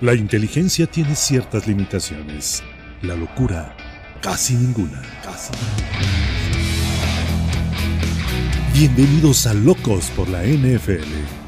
La inteligencia tiene ciertas limitaciones. La locura, casi ninguna. Bienvenidos a Locos por la NFL.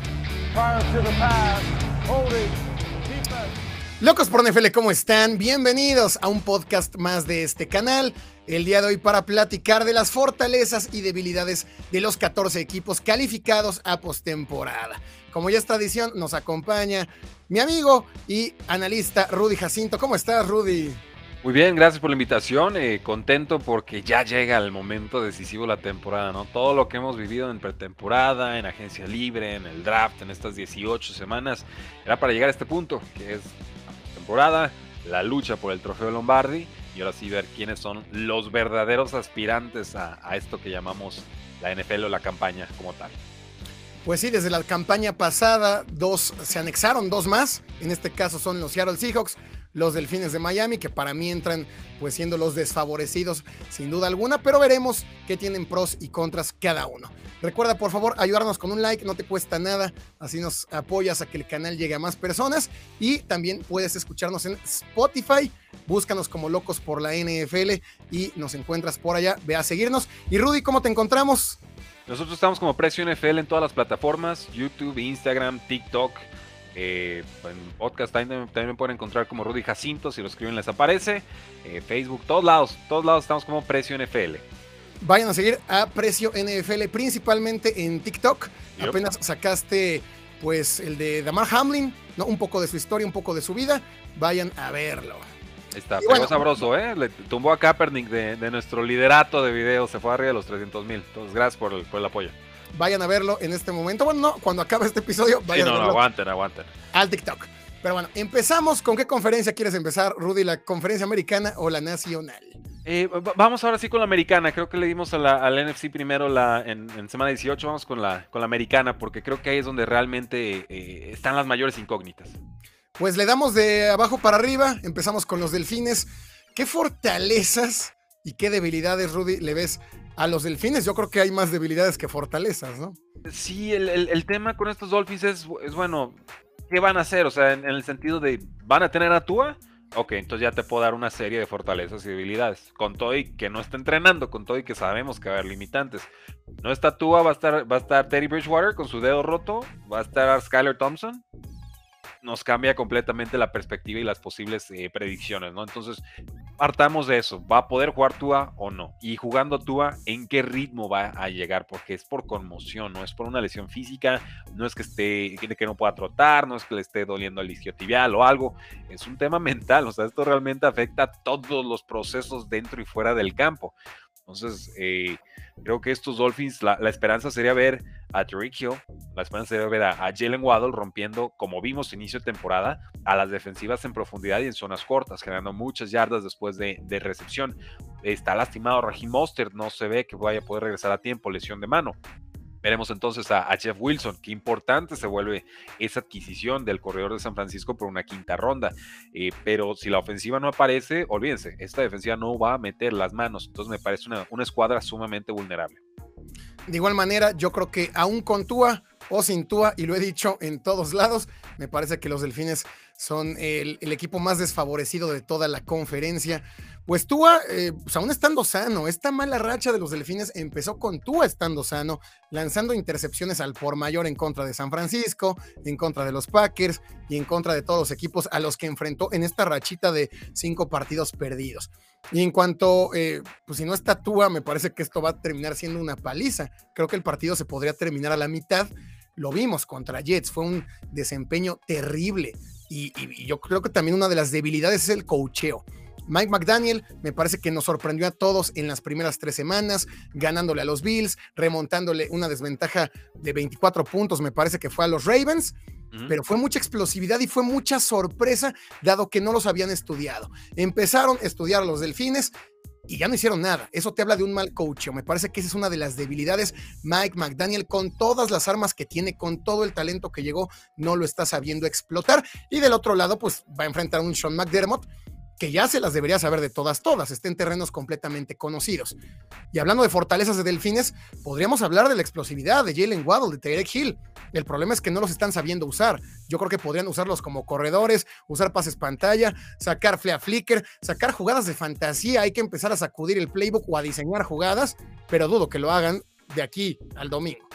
Locos por NFL, ¿cómo están? Bienvenidos a un podcast más de este canal. El día de hoy para platicar de las fortalezas y debilidades de los 14 equipos calificados a postemporada. Como ya es tradición, nos acompaña mi amigo y analista Rudy Jacinto. ¿Cómo estás, Rudy? Muy bien, gracias por la invitación. Contento porque ya llega el momento decisivo de la temporada, ¿no? Todo lo que hemos vivido en pretemporada, en agencia libre, en el draft, en estas 18 semanas, era para llegar a este punto, que es la temporada, la lucha por el trofeo Lombardi, y ahora sí ver quiénes son los verdaderos aspirantes a esto que llamamos la NFL o la campaña como tal. Pues sí, desde la campaña pasada se anexaron dos más. En este caso son los Seattle Seahawks, los Delfines de Miami, que para mí entran pues siendo los desfavorecidos sin duda alguna, pero veremos qué tienen pros y contras cada uno. Recuerda por favor ayudarnos con un like, no te cuesta nada, así nos apoyas a que el canal llegue a más personas, y también puedes escucharnos en Spotify, búscanos como Locos por la NFL y nos encuentras por allá, ve a seguirnos. Y Rudy, ¿cómo te encontramos? Nosotros estamos como Precio NFL en todas las plataformas, YouTube, Instagram, TikTok, en podcast también me pueden encontrar como Rudy Jacinto, si lo escriben les aparece, Facebook, todos lados estamos como Precio NFL. Vayan a seguir a Precio NFL, principalmente en TikTok. Yep. Apenas sacaste pues el de Damar Hamlin, ¿no? Un poco de su historia, un poco de su vida, vayan a verlo. Está, pero bueno, sabroso, le tumbó a Kaepernick de nuestro liderato de videos, se fue arriba de los 300,000. Entonces, gracias por el apoyo. Vayan a verlo en este momento. Bueno, no, cuando acabe este episodio, vayan a verlo. Aguanten. Al TikTok. Pero bueno, empezamos. ¿Con qué conferencia quieres empezar, Rudy? ¿La conferencia americana o la nacional? Vamos ahora sí con la americana. Creo que le dimos al NFC primero en semana 18. Vamos con la americana, porque creo que ahí es donde realmente están las mayores incógnitas. Pues le damos de abajo para arriba, empezamos con los Delfines. ¿Qué fortalezas y qué debilidades, Rudy, le ves a los Delfines? Yo creo que hay más debilidades que fortalezas, ¿no? Sí, el tema con estos Dolphins es bueno, ¿qué van a hacer? O sea, en el sentido de, ¿van a tener a Tua? Ok, entonces ya te puedo dar una serie de fortalezas y debilidades. Con todo y que no está entrenando, con todo y que sabemos que va a haber limitantes. No está Tua, va a estar Teddy Bridgewater con su dedo roto, va a estar Skylar Thompson. Nos cambia completamente la perspectiva y las posibles predicciones, ¿no? Entonces, partamos de eso. ¿Va a poder jugar Tua o no? Y jugando Tua, ¿en qué ritmo va a llegar? Porque es por conmoción, no es por una lesión física, no es que no pueda trotar, no es que le esté doliendo el isquiotibial o algo. Es un tema mental, o sea, esto realmente afecta a todos los procesos dentro y fuera del campo. Entonces, creo que estos Dolphins, la esperanza sería ver a Tyreek Hill, la esperanza sería ver a Jalen Waddle rompiendo, como vimos inicio de temporada, a las defensivas en profundidad y en zonas cortas, generando muchas yardas después de recepción. Está lastimado Raheem Mostert, no se ve que vaya a poder regresar a tiempo, lesión de mano. Veremos entonces a Jeff Wilson. Qué importante se vuelve esa adquisición del corredor de San Francisco por una quinta ronda. Pero si la ofensiva no aparece, olvídense, esta defensiva no va a meter las manos. Entonces me parece una escuadra sumamente vulnerable. De igual manera, yo creo que aún con Tua o sin Tua, y lo he dicho en todos lados, me parece que los Delfines son el equipo más desfavorecido de toda la conferencia. Pues Tua, pues aún estando sano, esta mala racha de los Delfines empezó con Tua estando sano, lanzando intercepciones al por mayor en contra de San Francisco, en contra de los Packers y en contra de todos los equipos a los que enfrentó en esta rachita de 5 partidos perdidos. Y en cuanto, pues si no está Tua, me parece que esto va a terminar siendo una paliza. Creo que el partido se podría terminar a la mitad. Lo vimos contra Jets, fue un desempeño terrible. Y yo creo que también una de las debilidades es el coacheo. Mike McDaniel me parece que nos sorprendió a todos en las primeras 3 semanas, ganándole a los Bills, remontándole una desventaja de 24 puntos, me parece que fue a los Ravens, pero fue mucha explosividad y fue mucha sorpresa, dado que no los habían estudiado. Empezaron a estudiar a los Delfines y ya no hicieron nada. Eso te habla de un mal coacheo. Me parece que esa es una de las debilidades. Mike McDaniel, con todas las armas que tiene, con todo el talento que llegó, no lo está sabiendo explotar. Y del otro lado, pues va a enfrentar a un Sean McDermott que ya se las debería saber de todas, está en terrenos completamente conocidos. Y hablando de fortalezas de Delfines, podríamos hablar de la explosividad de Jalen Waddle, de Tyreek Hill. El problema es que no los están sabiendo usar. Yo creo que podrían usarlos como corredores, usar pases pantalla, sacar flea flicker, sacar jugadas de fantasía. Hay que empezar a sacudir el playbook o a diseñar jugadas, pero dudo que lo hagan de aquí al domingo.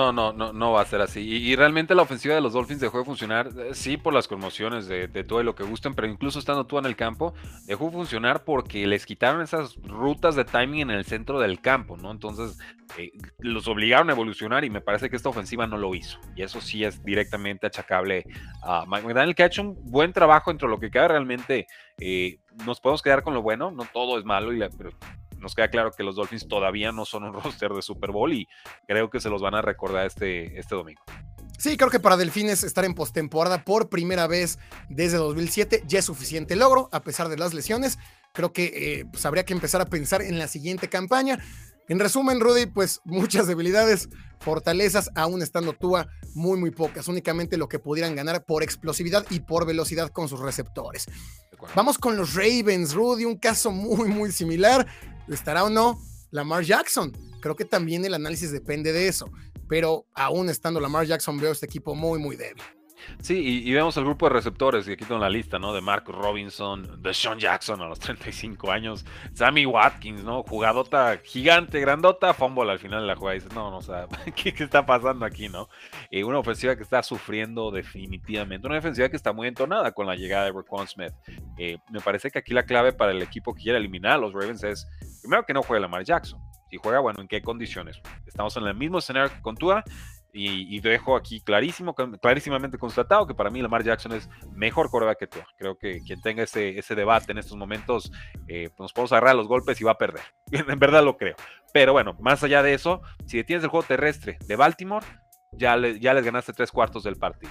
No va a ser así. Y realmente la ofensiva de los Dolphins dejó de funcionar, sí, por las conmociones de todo y lo que gusten, pero incluso estando tú en el campo, dejó de funcionar porque les quitaron esas rutas de timing en el centro del campo, ¿no? Entonces, los obligaron a evolucionar y me parece que esta ofensiva no lo hizo. Y eso sí es directamente achacable a Mike McDaniel, que ha hecho un buen trabajo entre lo que cabe realmente. Nos podemos quedar con lo bueno, no todo es malo, pero nos queda claro que los Dolphins todavía no son un roster de Super Bowl y creo que se los van a recordar este domingo. Sí, creo que para Delfines estar en postemporada por primera vez desde 2007 ya es suficiente logro, a pesar de las lesiones. Creo que pues habría que empezar a pensar en la siguiente campaña. En resumen, Rudy, pues muchas debilidades, fortalezas, aún estando Tua, muy pocas. Únicamente lo que pudieran ganar por explosividad y por velocidad con sus receptores. Vamos con los Ravens, Rudy, un caso muy similar. ¿Estará o no Lamar Jackson? Creo que también el análisis depende de eso. Pero aún estando Lamar Jackson, veo este equipo muy débil. Sí, y vemos el grupo de receptores, y aquí tengo la lista, ¿no? De Marcus Robinson, de Sean Jackson a los 35 años, Sammy Watkins, ¿no? Jugadota gigante, grandota, fumble al final de la jugada. Y dices, no, o sea, ¿qué está pasando aquí, no? Una ofensiva que está sufriendo definitivamente, una ofensiva que está muy entonada con la llegada de Roquan Smith. Me parece que aquí la clave para el equipo que quiere eliminar a los Ravens es, primero, que no juegue Lamar Jackson. Si juega, bueno, ¿en qué condiciones? Estamos en el mismo escenario que con Tua. Y dejo aquí clarísimamente constatado que para mí Lamar Jackson es mejor quarterback que Tua. Creo que quien tenga ese debate en estos momentos, nos podemos agarrar a los golpes y va a perder. En verdad lo creo. Pero bueno, más allá de eso, si detienes el juego terrestre de Baltimore, ya les ganaste 3/4 del partido.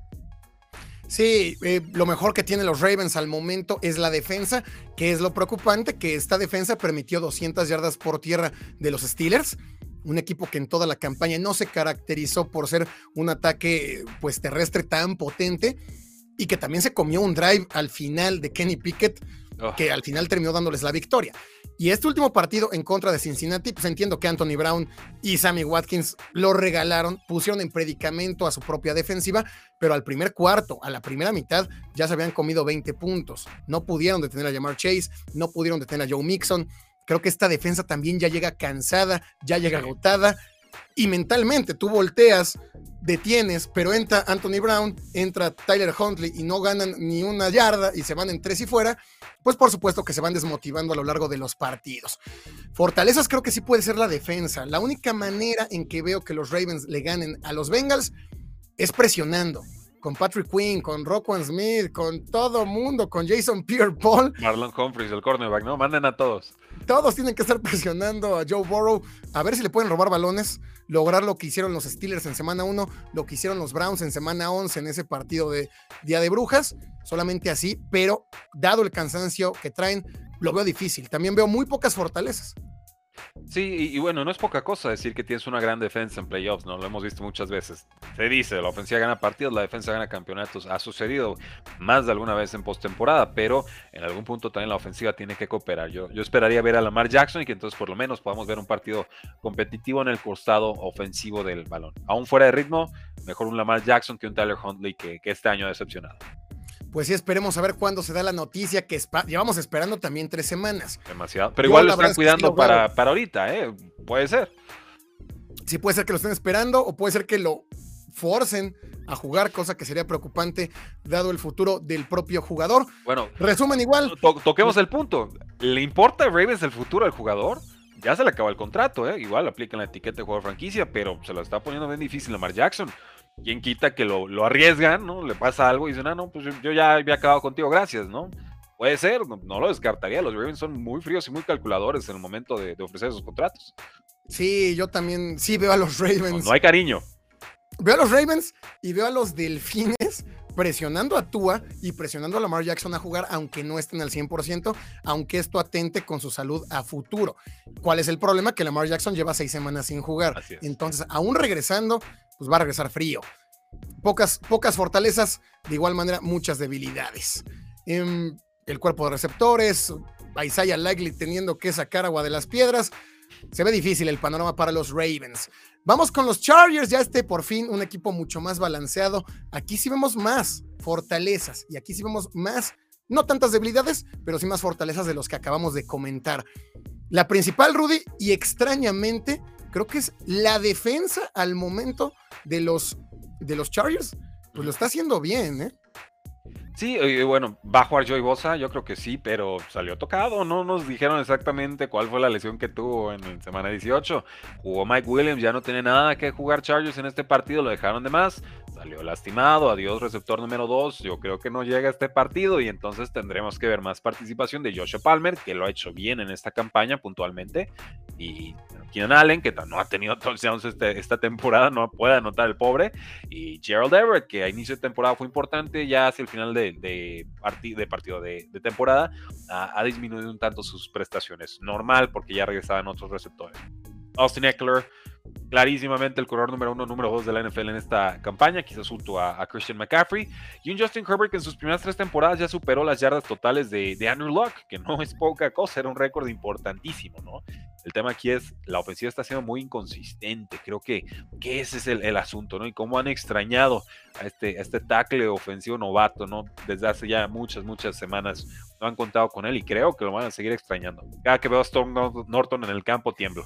Sí, lo mejor que tienen los Ravens al momento es la defensa, que es lo preocupante, que esta defensa permitió 200 yardas por tierra de los Steelers. Un equipo que en toda la campaña no se caracterizó por ser un ataque pues terrestre tan potente y que también se comió un drive al final de Kenny Pickett que al final terminó dándoles la victoria. Y este último partido en contra de Cincinnati, pues entiendo que Anthony Brown y Sammy Watkins lo regalaron, pusieron en predicamento a su propia defensiva, pero al primer cuarto, a la primera mitad, ya se habían comido 20 puntos. No pudieron detener a Ja'Marr Chase, no pudieron detener a Joe Mixon. Creo que esta defensa también ya llega cansada, ya llega agotada, y mentalmente tú volteas, detienes, pero entra Anthony Brown, entra Tyler Huntley y no ganan ni una yarda y se van en 3 y fuera, pues por supuesto que se van desmotivando a lo largo de los partidos. Fortalezas creo que sí puede ser la defensa. La única manera en que veo que los Ravens le ganen a los Bengals es presionando. Con Patrick Quinn, con Roquan Smith, con todo mundo, con Jason Pierre-Paul. Marlon Humphreys, el cornerback, ¿no? Manden a todos. Todos tienen que estar presionando a Joe Burrow a ver si le pueden robar balones, lograr lo que hicieron los Steelers en semana 1, lo que hicieron los Browns en semana 11 en ese partido de Día de Brujas, solamente así, pero dado el cansancio que traen, lo veo difícil. También veo muy pocas fortalezas. Sí, y bueno, no es poca cosa decir que tienes una gran defensa en playoffs, ¿no? Lo hemos visto muchas veces. Se dice, la ofensiva gana partidos, la defensa gana campeonatos. Ha sucedido más de alguna vez en postemporada, pero en algún punto también la ofensiva tiene que cooperar. Yo esperaría ver a Lamar Jackson y que entonces por lo menos podamos ver un partido competitivo en el costado ofensivo del balón. Aún fuera de ritmo, mejor un Lamar Jackson que un Tyler Huntley que este año ha decepcionado. Pues sí, esperemos a ver cuándo se da la noticia que llevamos esperando también 3 semanas. Demasiado. Pero igual lo están cuidando para ahorita, ¿eh? Puede ser. Sí, puede ser que lo estén esperando o puede ser que lo forcen a jugar, cosa que sería preocupante dado el futuro del propio jugador. Bueno, resumen igual. Toquemos el punto. ¿Le importa a Ravens el futuro del jugador? Ya se le acaba el contrato, ¿eh? Igual aplican la etiqueta de jugador franquicia, pero se lo está poniendo bien difícil Lamar Jackson. ¿Quién quita que lo arriesgan, ¿no? Le pasa algo y dicen, no, pues yo ya había acabado contigo, gracias, ¿no? Puede ser, no lo descartaría. Los Ravens son muy fríos y muy calculadores en el momento de ofrecer esos contratos. Sí, yo también, sí veo a los Ravens. No hay cariño. Veo a los Ravens y veo a los Delfines presionando a Tua y presionando a Lamar Jackson a jugar, aunque no estén al 100%, aunque esto atente con su salud a futuro. ¿Cuál es el problema? Que Lamar Jackson lleva 6 semanas sin jugar. Entonces, aún regresando, pues va a regresar frío. Pocas fortalezas, de igual manera, muchas debilidades. el cuerpo de receptores, a Isaiah Likely teniendo que sacar agua de las piedras. Se ve difícil el panorama para los Ravens. Vamos con los Chargers, ya por fin un equipo mucho más balanceado. Aquí sí vemos más fortalezas y aquí sí vemos más, no tantas debilidades, pero sí más fortalezas de los que acabamos de comentar. La principal, Rudy, y extrañamente, creo que es la defensa al momento de los Chargers, pues lo está haciendo bien, ¿eh? Sí, bueno, va a jugar Joey Bosa, yo creo que sí, pero salió tocado, no nos dijeron exactamente cuál fue la lesión que tuvo en semana 18. Jugó Mike Williams, ya no tiene nada que jugar Chargers en este partido, lo dejaron de más, salió lastimado, adiós receptor número 2, yo creo que no llega a este partido y entonces tendremos que ver más participación de Joshua Palmer, que lo ha hecho bien en esta campaña puntualmente, y Keenan Allen, que no ha tenido touchdowns esta temporada, no puede anotar el pobre, y Gerald Everett, que a inicio de temporada fue importante, ya hacia el final de temporada ha disminuido un tanto sus prestaciones. Normal, porque ya regresaban otros receptores. Austin Eckler, clarísimamente el corredor número 1, número 2 de la NFL en esta campaña, quizás junto a Christian McCaffrey, y un Justin Herbert que en sus primeras 3 temporadas ya superó las yardas totales de Andrew Luck, que no es poca cosa, era un récord importantísimo, ¿no? El tema aquí es, la ofensiva está siendo muy inconsistente, creo que ese es el asunto, ¿no? Y cómo han extrañado a este tackle ofensivo novato, ¿no? Desde hace ya muchas semanas no han contado con él y creo que lo van a seguir extrañando. Cada que veo a Storm Norton en el campo tiemblo.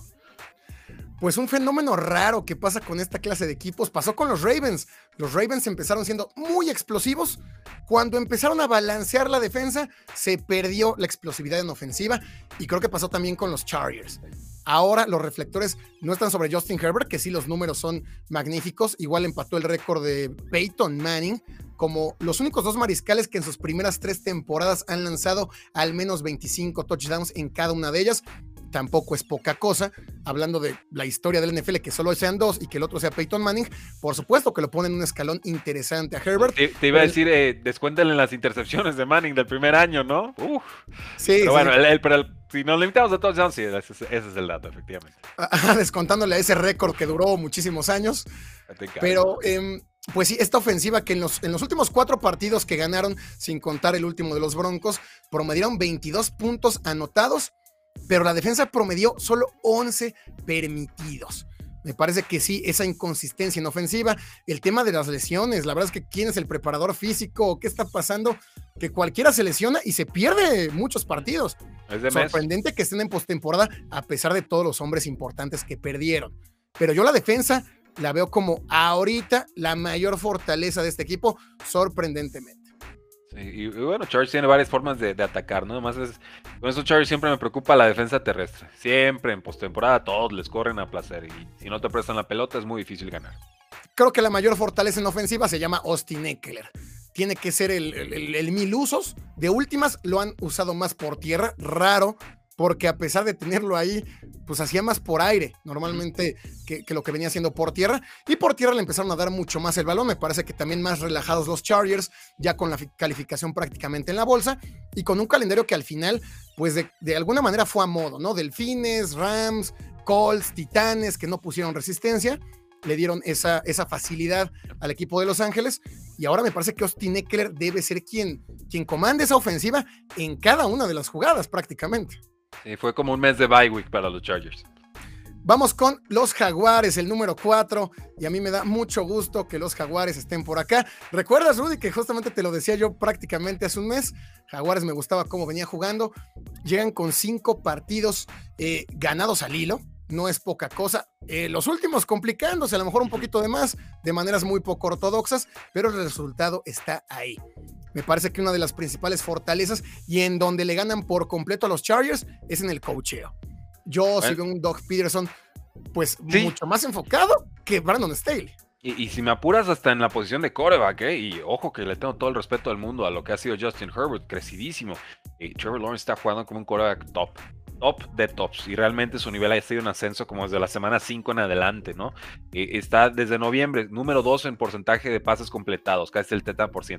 Pues un fenómeno raro que pasa con esta clase de equipos pasó con los Ravens. Los Ravens empezaron siendo muy explosivos. Cuando empezaron a balancear la defensa, se perdió la explosividad en ofensiva y creo que pasó también con los Chargers. Ahora los reflectores no están sobre Justin Herbert, que sí los números son magníficos. Igual empató el récord de Peyton Manning como los únicos 2 mariscales que en sus primeras 3 temporadas han lanzado al menos 25 touchdowns en cada una de ellas. Tampoco es poca cosa, hablando de la historia del NFL, que solo sean 2 y que el otro sea Peyton Manning, por supuesto que lo ponen en un escalón interesante a Herbert. Te iba a decir, descuéntenle las intercepciones de Manning del primer año, ¿no? Sí, pero bueno, sí. Si nos limitamos a touchdowns, sí, ese es el dato, efectivamente. Descontándole a ese récord que duró muchísimos años. Pero, pues sí, esta ofensiva que en los últimos 4 partidos que ganaron, sin contar el último de los Broncos, promedieron 22 puntos anotados, pero la defensa promedió solo 11 permitidos. Me parece que sí, esa inconsistencia en ofensiva, el tema de las lesiones, la verdad es que quién es el preparador físico, qué está pasando, que cualquiera se lesiona y se pierde muchos partidos. Es sorprendente que estén en postemporada a pesar de todos los hombres importantes que perdieron. Pero yo la defensa la veo como ahorita la mayor fortaleza de este equipo, sorprendentemente. Sí, y bueno, Chargers tiene varias formas de atacar, ¿no? Además, con estos Chargers siempre me preocupa la defensa terrestre. Siempre en postemporada todos les corren a placer y si no te prestan la pelota es muy difícil ganar. Creo que la mayor fortaleza en ofensiva se llama Austin Eckler. Tiene que ser el 1000 usos. De últimas lo han usado más por tierra, raro, porque a pesar de tenerlo ahí, pues hacía más por aire, normalmente que lo que venía haciendo por tierra, y por tierra le empezaron a dar mucho más el balón. Me parece que también más relajados los Chargers, ya con la calificación prácticamente en la bolsa, y con un calendario que al final, pues de alguna manera fue a modo, ¿no? Delfines, Rams, Colts, Titanes, que no pusieron resistencia, le dieron esa facilidad al equipo de Los Ángeles, y ahora me parece que Austin Eckler debe ser quien comande esa ofensiva en cada una de las jugadas prácticamente. Sí, fue como un mes de bye week para los Chargers. Vamos con los Jaguares, el número 4, y a mí me da mucho gusto que los Jaguares estén por acá. ¿Recuerdas, Rudy, que justamente te lo decía yo prácticamente hace un mes? Jaguares me gustaba cómo venía jugando. Llegan con 5 partidos ganados al hilo, no es poca cosa. Los últimos complicándose, a lo mejor un poquito de más, de maneras muy poco ortodoxas, pero el resultado está ahí. Me parece que una de las principales fortalezas y en donde le ganan por completo a los Chargers es en el coacheo. Yo sigo un Doug Peterson pues sí, mucho más enfocado que Brandon Staley. Y si me apuras hasta en la posición de quarterback, y ojo que le tengo todo el respeto del mundo a lo que ha sido Justin Herbert, crecidísimo. Trevor Lawrence está jugando como un quarterback top de tops, y realmente su nivel ha sido un ascenso como desde la semana 5 en adelante, ¿no? Está desde noviembre, número 2 en porcentaje de pases completados, casi el 70%.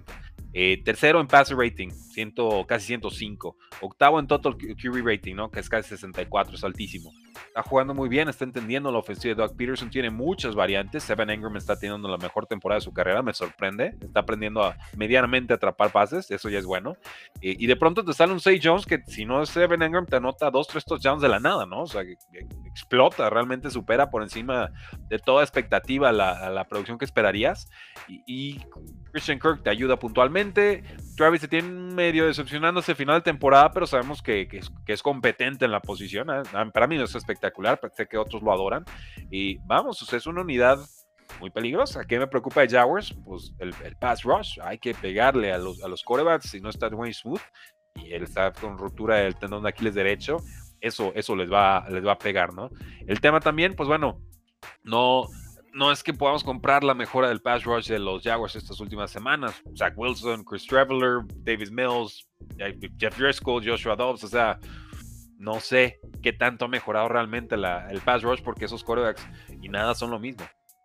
Tercero en passer rating, casi 105. Octavo en total QB rating, ¿no? Que es casi 64, es altísimo. Está jugando muy bien, está entendiendo la ofensiva de Doug Peterson, tiene muchas variantes. Evan Engram está teniendo la mejor temporada de su carrera, me sorprende. Está aprendiendo a medianamente atrapar pases, eso ya es bueno. Y de pronto te sale un Zay Jones que si no es Evan Engram te anota 2-3 touchdowns de la nada, ¿no? O sea, que explota, realmente supera por encima de toda expectativa la producción que esperarías. Y Christian Kirk te ayuda puntualmente. Travis se tiene medio decepcionándose final de temporada, pero sabemos que es competente en la posición. Para mí no es espectacular, pero sé que otros lo adoran. Y vamos, o sea, es una unidad muy peligrosa. ¿Qué me preocupa de Jaguars? Pues el pass rush. Hay que pegarle a los quarterbacks. Si no está Dwayne Smoot y él está con ruptura del tendón de Aquiles derecho, eso les va a pegar, ¿no? El tema también, pues bueno, no es que podamos comprar la mejora del pass rush de los Jaguars estas últimas semanas. Zach Wilson, Chris Traveler, Davis Mills, Jeff Driscoll, Joshua Dobbs, o sea, no sé qué tanto ha mejorado realmente el pass rush porque esos quarterbacks y nada son lo mismo.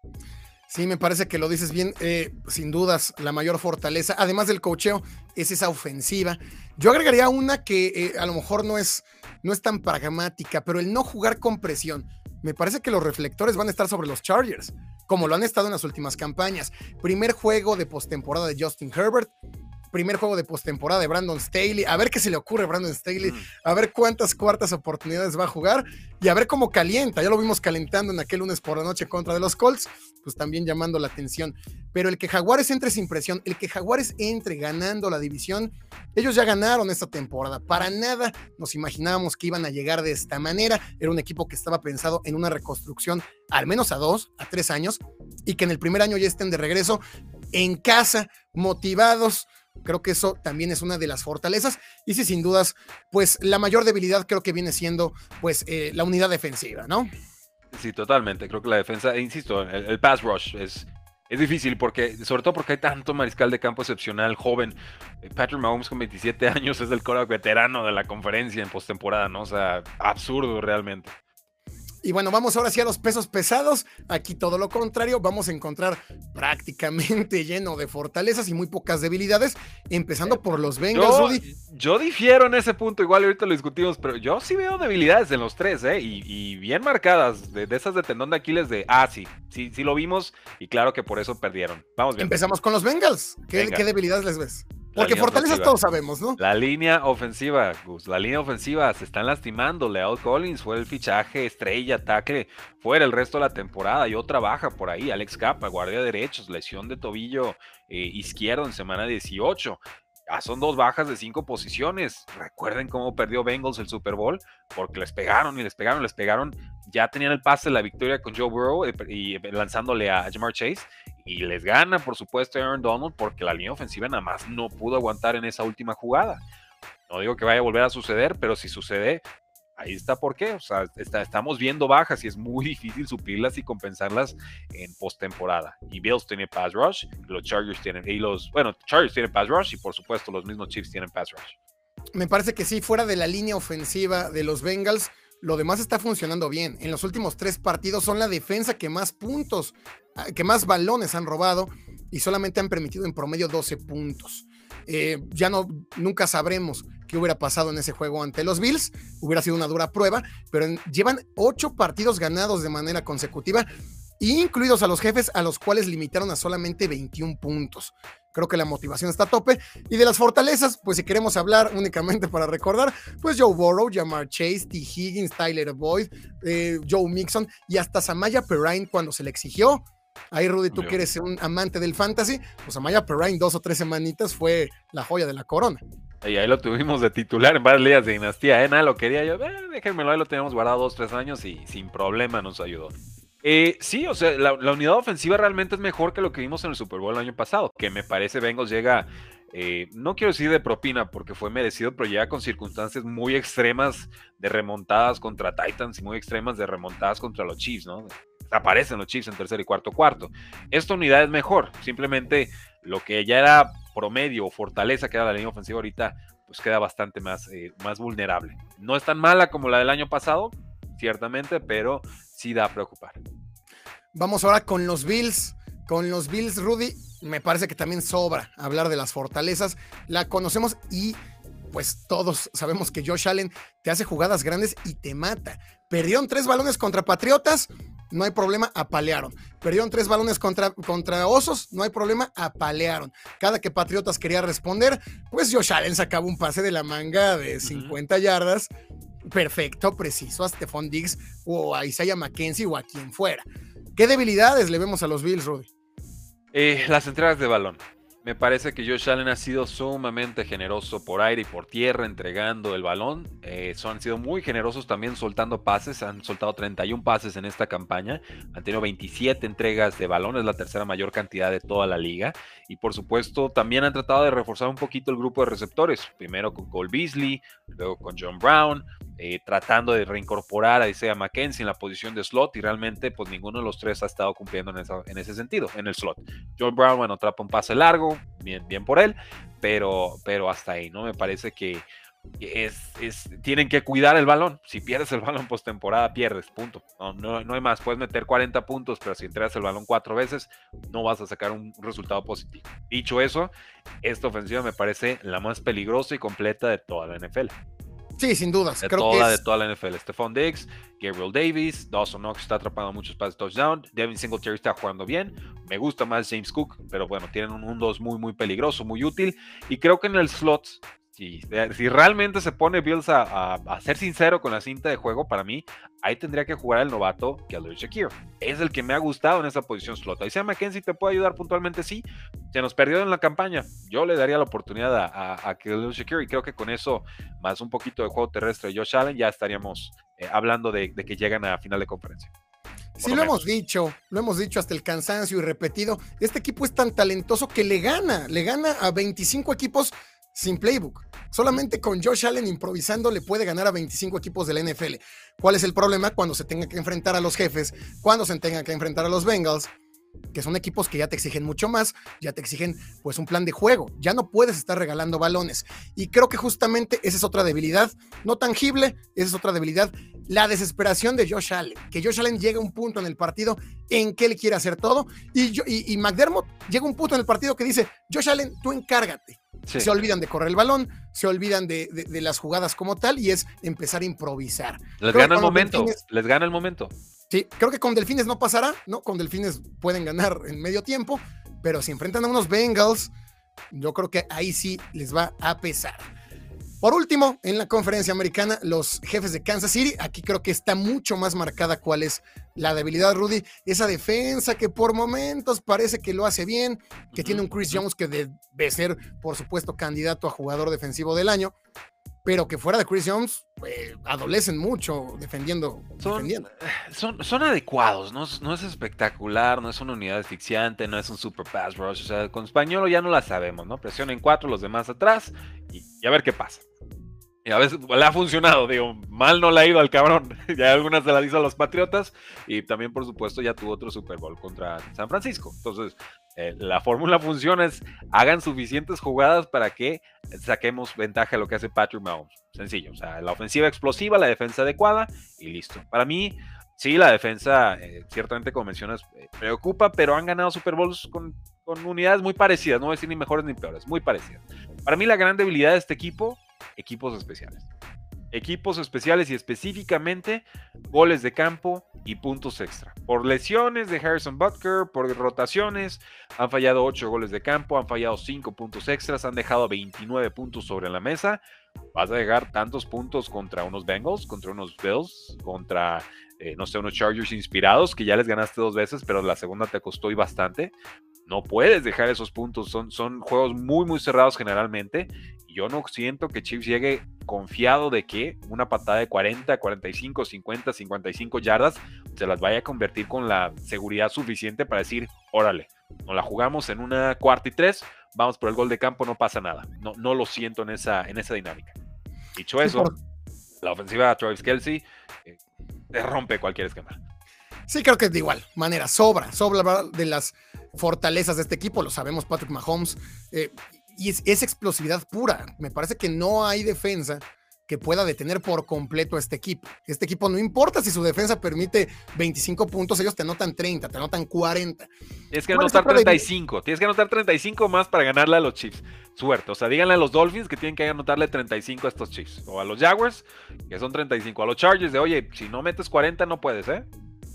Sí, me parece que lo dices bien, sin dudas, la mayor fortaleza, además del coacheo, es esa ofensiva. Yo agregaría una que a lo mejor no es tan pragmática, pero el no jugar con presión. Me parece que los reflectores van a estar sobre los Chargers, como lo han estado en las últimas campañas. Primer juego de postemporada de Justin Herbert, primer juego de postemporada de Brandon Staley, a ver qué se le ocurre a Brandon Staley, a ver cuántas cuartas oportunidades va a jugar y a ver cómo calienta. Ya lo vimos calentando en aquel lunes por la noche contra de los Colts, pues también llamando la atención. Pero el que Jaguares entre sin presión, el que Jaguares entre ganando la división, ellos ya ganaron esta temporada. Para nada nos imaginábamos que iban a llegar de esta manera. Era un equipo que estaba pensado en una reconstrucción al menos a 2, a 3 años y que en el primer año ya estén de regreso en casa, motivados. Creo que eso también es una de las fortalezas y sí, sin dudas, pues la mayor debilidad creo que viene siendo pues la unidad defensiva, ¿no? Sí, totalmente. Creo que la defensa, insisto, el pass rush es difícil sobre todo porque hay tanto mariscal de campo excepcional, joven. Patrick Mahomes con 27 años es el quarterback veterano de la conferencia en postemporada, ¿no? O sea, absurdo realmente. Y bueno, vamos ahora sí a los pesos pesados. Aquí todo lo contrario, vamos a encontrar prácticamente lleno de fortalezas y muy pocas debilidades, empezando por los Bengals, Rudy. Yo difiero en ese punto, igual ahorita lo discutimos, pero yo sí veo debilidades en los tres, y bien marcadas, de esas de tendón de Aquiles sí lo vimos, y claro que por eso perdieron. Vamos bien. Empezamos con los Bengals. ¿Qué debilidades les ves? Porque fortalezas todos sabemos, ¿no? La línea ofensiva, Gus, se están lastimando. La'el Collins fue el fichaje estrella, tackle, fuera el resto de la temporada y otra baja por ahí. Alex Capa, guardia derechos, lesión de tobillo izquierdo en semana 18. Ya son 2 bajas de 5 posiciones. Recuerden cómo perdió Bengals el Super Bowl, porque les pegaron. Ya tenían el pase de la victoria con Joe Burrow y lanzándole a Ja'Marr Chase. Y les gana, por supuesto, Aaron Donald, porque la línea ofensiva nada más no pudo aguantar en esa última jugada. No digo que vaya a volver a suceder, pero si sucede, ahí está por qué. O sea, estamos viendo bajas y es muy difícil suplirlas y compensarlas en postemporada. Y Bills tiene pass rush, los Chargers tienen, Chargers tienen pass rush y por supuesto los mismos Chiefs tienen pass rush. Me parece que sí, fuera de la línea ofensiva de los Bengals, lo demás está funcionando bien. En los últimos 3 partidos son la defensa que más puntos, que más balones han robado y solamente han permitido en promedio 12 puntos. Nunca sabremos qué hubiera pasado en ese juego ante los Bills, hubiera sido una dura prueba, pero llevan 8 partidos ganados de manera consecutiva, incluidos a los Jefes, a los cuales limitaron a solamente 21 puntos. Creo que la motivación está a tope. Y de las fortalezas, pues si queremos hablar únicamente para recordar, pues Joe Burrow, Ja'Marr Chase, T. Higgins, Tyler Boyd, Joe Mixon y hasta Samaje Perine cuando se le exigió. Ahí, Rudy, tú que eres un amante del fantasy, pues Samaje Perine 2 o 3 semanitas fue la joya de la corona. Y ahí lo tuvimos de titular en varias ligas de dinastía, nada lo quería yo, déjenmelo, ahí lo teníamos guardado 2-3 años y sin problema nos ayudó. Sí, o sea, la unidad ofensiva realmente es mejor que lo que vimos en el Super Bowl el año pasado, que me parece Bengals llega, no quiero decir de propina porque fue merecido, pero llega con circunstancias muy extremas de remontadas contra Titans y muy extremas de remontadas contra los Chiefs, ¿no? Aparecen los Chiefs en tercer y cuarto. Esta unidad es mejor, simplemente lo que ya era promedio o fortaleza que era la línea ofensiva ahorita, pues queda bastante más vulnerable. No es tan mala como la del año pasado, ciertamente, pero sí da a preocupar. Vamos ahora con los Bills. Con los Bills, Rudy, me parece que también sobra hablar de las fortalezas. La conocemos y pues todos sabemos que Josh Allen te hace jugadas grandes y te mata. Perdieron 3 balones contra Patriotas, no hay problema, apalearon. Perdieron 3 balones contra Osos, no hay problema, apalearon. Cada que Patriotas quería responder, pues Josh Allen sacaba un pase de la manga de 50 yardas, perfecto, preciso, a Stephon Diggs o a Isaiah McKenzie o a quien fuera. ¿Qué debilidades le vemos a los Bills, Rudy? Las entregas de balón. Me parece que Josh Allen ha sido sumamente generoso por aire y por tierra entregando el balón. Han sido muy generosos también soltando pases. Han soltado 31 pases en esta campaña. Han tenido 27 entregas de balón. Es la tercera mayor cantidad de toda la liga. Y por supuesto también han tratado de reforzar un poquito el grupo de receptores. Primero con Cole Beasley, luego con John Brown. Tratando de reincorporar a Isaiah McKenzie en la posición de slot y realmente pues ninguno de los tres ha estado cumpliendo en ese sentido, en el slot. John Brown, bueno, atrapa un pase largo, bien por él, pero hasta ahí, ¿no? Me parece que tienen que cuidar el balón. Si pierdes el balón postemporada, pierdes, punto. No hay más, puedes meter 40 puntos, pero si entregas el balón 4 veces, no vas a sacar un resultado positivo. Dicho eso, esta ofensiva me parece la más peligrosa y completa de toda la NFL. Sí, sin dudas. De toda la NFL. Stephon Diggs, Gabriel Davis, Dawson Knox está atrapando muchos pases touchdown, Devin Singletary está jugando bien, me gusta más James Cook, pero bueno, tienen un 2 muy peligroso, muy útil, y creo que en el slot, si realmente se pone Bills a ser sincero con la cinta de juego, para mí, ahí tendría que jugar el novato Khalil Shakir. Es el que me ha gustado en esa posición slot. Isaiah McKenzie te puede ayudar puntualmente, sí. Se nos perdió en la campaña. Yo le daría la oportunidad a Khalil Shakir y creo que con eso, más un poquito de juego terrestre de Josh Allen, ya estaríamos hablando de que llegan a final de conferencia. Sí, lo hemos dicho hasta el cansancio y repetido. Este equipo es tan talentoso que le gana a 25 equipos sin playbook. Solamente con Josh Allen improvisando le puede ganar a 25 equipos de la NFL. ¿Cuál es el problema? Cuando se tenga que enfrentar a los Jefes, cuando se tenga que enfrentar a los Bengals, que son equipos que ya te exigen mucho más, ya te exigen pues un plan de juego, ya no puedes estar regalando balones. Y creo que justamente esa es otra debilidad, no tangible, esa es otra debilidad, la desesperación de Josh Allen, que Josh Allen llega a un punto en el partido en que él quiere hacer todo, y McDermott llega a un punto en el partido que dice, Josh Allen, tú encárgate. Sí. Se olvidan de correr el balón, se olvidan de las jugadas como tal, y es empezar a improvisar. Les gana el momento. Sí, creo que con Delfines no pasará, ¿no? Con Delfines pueden ganar en medio tiempo, pero si enfrentan a unos Bengals, yo creo que ahí sí les va a pesar. Por último, en la conferencia americana, los Jefes de Kansas City, aquí creo que está mucho más marcada cuál es la debilidad, Rudy, esa defensa que por momentos parece que lo hace bien, que tiene un Chris Jones que debe ser, por supuesto, candidato a jugador defensivo del año, pero que fuera de Chris Jones, adolecen mucho defendiendo. Son adecuados, no es espectacular, no es una unidad asfixiante, no es un super pass rush, o sea, con Español ya no la sabemos, ¿no? Presionen 4, los demás atrás y a ver qué pasa. Y a veces le ha funcionado, digo, mal no le ha ido al cabrón. Ya algunas se las hizo a los Patriotas y también, por supuesto, ya tuvo otro Super Bowl contra San Francisco. Entonces, la fórmula funciona, hagan suficientes jugadas para que saquemos ventaja de lo que hace Patrick Mahomes. Sencillo, o sea, la ofensiva explosiva, la defensa adecuada y listo. Para mí, sí, la defensa, ciertamente, como mencionas, preocupa, pero han ganado Super Bowls con unidades muy parecidas, no voy a decir ni mejores ni peores, muy parecidas. Para mí, la gran debilidad de este equipo, equipos especiales. Equipos especiales y específicamente goles de campo y puntos extra. Por lesiones de Harrison Butker, por rotaciones, han fallado 8 goles de campo, han fallado 5 puntos extras, han dejado 29 puntos sobre la mesa. Vas a dejar tantos puntos contra unos Bengals, contra unos Bills, contra, unos Chargers inspirados, que ya les ganaste 2 veces, pero la segunda te costó y bastante. No puedes dejar esos puntos, son juegos muy cerrados generalmente. Yo no siento que Chiefs llegue confiado de que una patada de 40, 45, 50, 55 yardas se las vaya a convertir con la seguridad suficiente para decir, órale, nos la jugamos en una 4ª y 3, vamos por el gol de campo, no pasa nada. No lo siento en esa dinámica. Dicho eso, la ofensiva de Travis Kelce te rompe cualquier esquema. Sí, creo que de igual manera, sobra de las fortalezas de este equipo, lo sabemos, Patrick Mahomes, y es explosividad pura. Me parece que no hay defensa que pueda detener por completo a este equipo. Este equipo, no importa si su defensa permite 25 puntos, ellos te anotan 30, te anotan 40. Tienes que anotar 35, tienes que anotar 35 más para ganarle a los Chiefs. Suerte, o sea, díganle a los Dolphins que tienen que anotarle 35 a estos Chiefs, o a los Jaguars, que son 35, a los Chargers, de oye, si no metes 40 no puedes, ¿eh?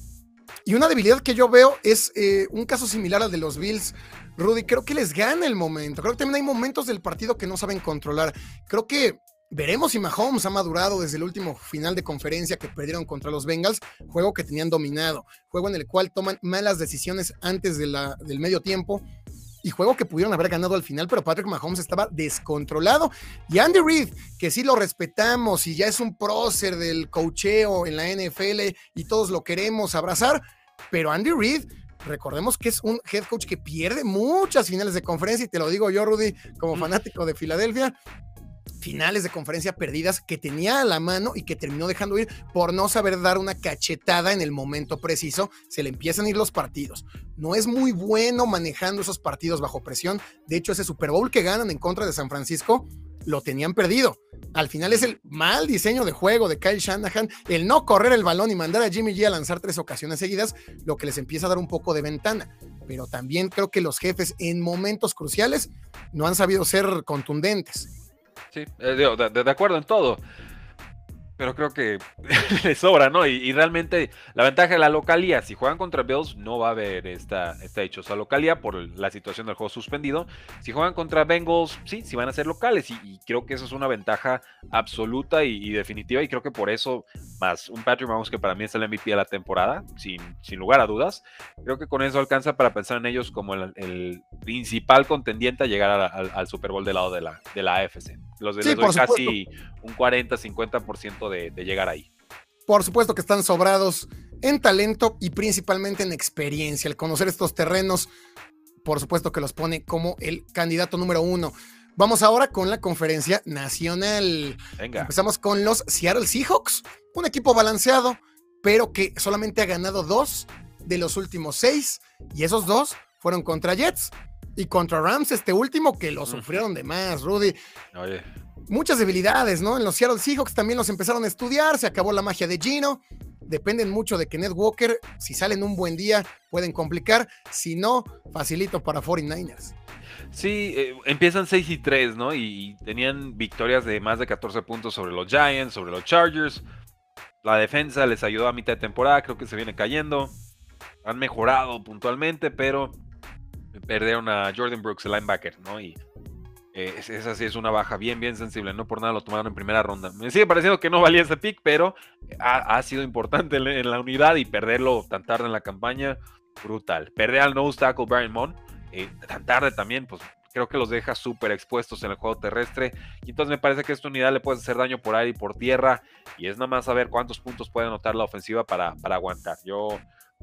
Y una debilidad que yo veo es un caso similar al de los Bills. Rudy, creo que les gana el momento. Creo que también hay momentos del partido que no saben controlar. Creo que veremos si Mahomes ha madurado desde el último final de conferencia que perdieron contra los Bengals, juego que tenían dominado, juego en el cual toman malas decisiones antes del medio tiempo y juego que pudieron haber ganado al final, pero Patrick Mahomes estaba descontrolado. Y Andy Reid, que sí lo respetamos y ya es un prócer del coacheo en la NFL y todos lo queremos abrazar, pero Andy Reid, recordemos que es un head coach que pierde muchas finales de conferencia, y te lo digo yo, Rudy, como fanático de Filadelfia, finales de conferencia perdidas que tenía a la mano y que terminó dejando ir por no saber dar una cachetada en el momento preciso. Se le empiezan a ir los partidos. No es muy bueno manejando esos partidos bajo presión. De hecho, ese Super Bowl que ganan en contra de San Francisco lo tenían perdido. Al final es el mal diseño de juego de Kyle Shanahan, el no correr el balón y mandar a Jimmy G a lanzar 3 ocasiones seguidas, lo que les empieza a dar un poco de ventana. Pero también creo que los jefes en momentos cruciales no han sabido ser contundentes. Sí, de acuerdo en todo, pero creo que les sobra, ¿no? Y realmente la ventaja de la localía, si juegan contra Bills no va a haber esta dichosa localía por la situación del juego suspendido. Si juegan contra Bengals, sí van a ser locales y creo que eso es una ventaja absoluta y definitiva, y creo que por eso, más un Patrick Mahomes que para mí es el MVP de la temporada, sin lugar a dudas, creo que con eso alcanza para pensar en ellos como el principal contendiente a llegar al Super Bowl del lado de la AFC. Los de les doy casi un 40-50% de llegar ahí. Por supuesto que están sobrados en talento y principalmente en experiencia. El conocer estos terrenos, por supuesto que los pone como el candidato número 1. Vamos ahora con la conferencia nacional. Venga. Empezamos con los Seattle Seahawks, un equipo balanceado, pero que solamente ha ganado 2 de los últimos 6, y esos 2 fueron contra Jets y contra Rams, este último que lo sufrieron de más, Rudy. Oye. Muchas debilidades, ¿no? En los Seattle Seahawks también los empezaron a estudiar, se acabó la magia de Gino, dependen mucho de Kenneth Walker, si salen un buen día pueden complicar, si no, facilito para 49ers. Sí, empiezan 6-3, ¿no? Y tenían victorias de más de 14 puntos sobre los Giants, sobre los Chargers. La defensa les ayudó a mitad de temporada, creo que se viene cayendo. Han mejorado puntualmente, pero perdieron a Jordan Brooks, el linebacker, ¿no? Y esa sí es una baja bien sensible, no por nada lo tomaron en primera ronda. Me sigue pareciendo que no valía ese pick, pero ha sido importante en la unidad, y perderlo tan tarde en la campaña, brutal. Perder al nose tackle Brian Mond tan tarde también, pues creo que los deja súper expuestos en el juego terrestre, y entonces me parece que esta unidad le puede hacer daño por aire y por tierra, y es nada más saber cuántos puntos puede anotar la ofensiva para aguantar. Yo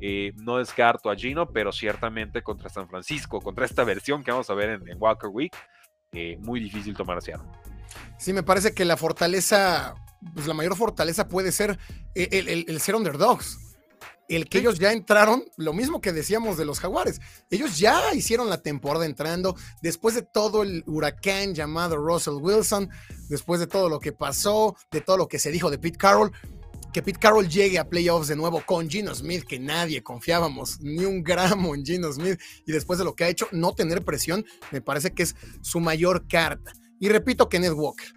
no descarto a Gino, pero ciertamente contra San Francisco, contra esta versión que vamos a ver en Walker Week, muy difícil tomar a Seattle. Sí, me parece que la fortaleza, pues la mayor fortaleza puede ser el ser underdogs. El que ellos ya entraron, lo mismo que decíamos de los Jaguares, ellos ya hicieron la temporada entrando, después de todo el huracán llamado Russell Wilson, después de todo lo que pasó, de todo lo que se dijo de Pete Carroll, que Pete Carroll llegue a playoffs de nuevo con Geno Smith, que nadie confiábamos ni un gramo en Geno Smith, y después de lo que ha hecho, no tener presión, me parece que es su mayor carta. Y repito, Kenneth Walker,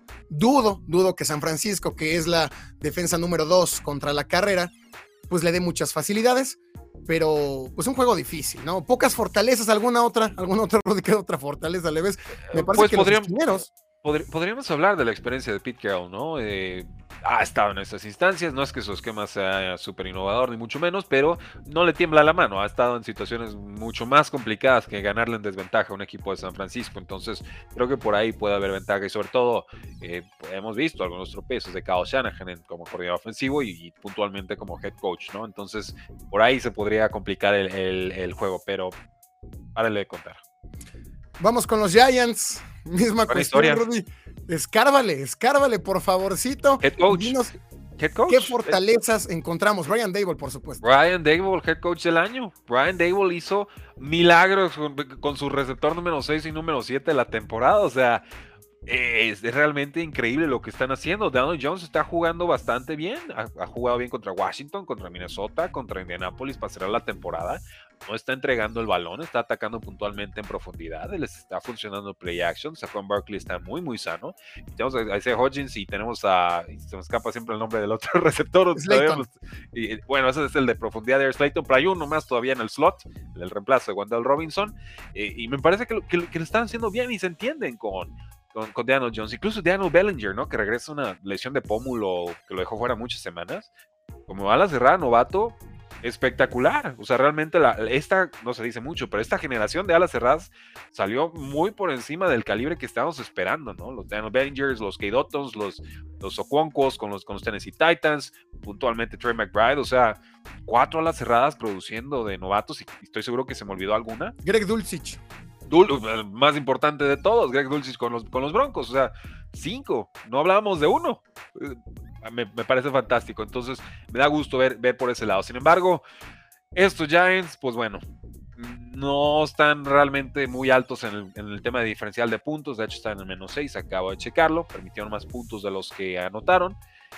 dudo que San Francisco, que es la defensa número 2 contra la carrera, pues le dé muchas facilidades, pero pues un juego difícil, ¿no? Pocas fortalezas, alguna otra, Rudy, ¿qué otra fortaleza le ves? Me parece pues que los esquineros... Podríamos hablar de la experiencia de Pete Carroll, ¿no? Ha estado en estas instancias, no es que su esquema sea súper innovador ni mucho menos, pero no le tiembla la mano, ha estado en situaciones mucho más complicadas que ganarle en desventaja a un equipo de San Francisco, entonces creo que por ahí puede haber ventaja, y sobre todo hemos visto algunos tropiezos de Kyle Shanahan como coordinador ofensivo y puntualmente como head coach, ¿no? Entonces por ahí se podría complicar el juego, pero párale de contar. Vamos con los Giants. Misma cuestión, Rudy. Escárvale, por favorcito. Head coach. Dinos, Head coach. ¿qué fortalezas encontramos? Brian Daboll, por supuesto. Brian Daboll, head coach del año. Brian Daboll hizo milagros con su receptor número 6 y número 7 de la temporada. O sea, Es realmente increíble lo que están haciendo. Daniel Jones está jugando bastante bien. Ha jugado bien contra Washington, contra Minnesota, contra Indianapolis para cerrar la temporada. No está entregando el balón, está atacando puntualmente en profundidad. Les está funcionando el play action. Saquon Barkley está muy, muy sano. Y tenemos a Isaiah Hodgins y tenemos se me escapa siempre el nombre del otro receptor. Slayton. Bueno, ese es el de profundidad de Eric Slayton, pero hay uno más todavía en el slot, el reemplazo de Wendell Robinson. Y me parece que lo están haciendo bien y se entienden con Daniel Jones, incluso Daniel Bellinger, ¿no? Que regresa una lesión de pómulo que lo dejó fuera muchas semanas. Como ala cerrada, novato, espectacular. O sea, realmente esta, no se dice mucho, pero esta generación de alas cerradas salió muy por encima del calibre que estábamos esperando, ¿no? Los Daniel Bellingers, los Cade Ottons, los Okonkos con los Tennessee Titans, puntualmente Trey McBride, o sea, 4 alas cerradas produciendo de novatos y estoy seguro que se me olvidó alguna. Greg Dulcich. El más importante de todos, Greg Dulcich con los Broncos, o sea, 5, no hablábamos de 1. Me parece fantástico, entonces me da gusto ver por ese lado. Sin embargo, estos Giants, pues bueno, no están realmente muy altos en el tema de diferencial de puntos, de hecho están en el -6, acabo de checarlo, permitieron más puntos de los que anotaron,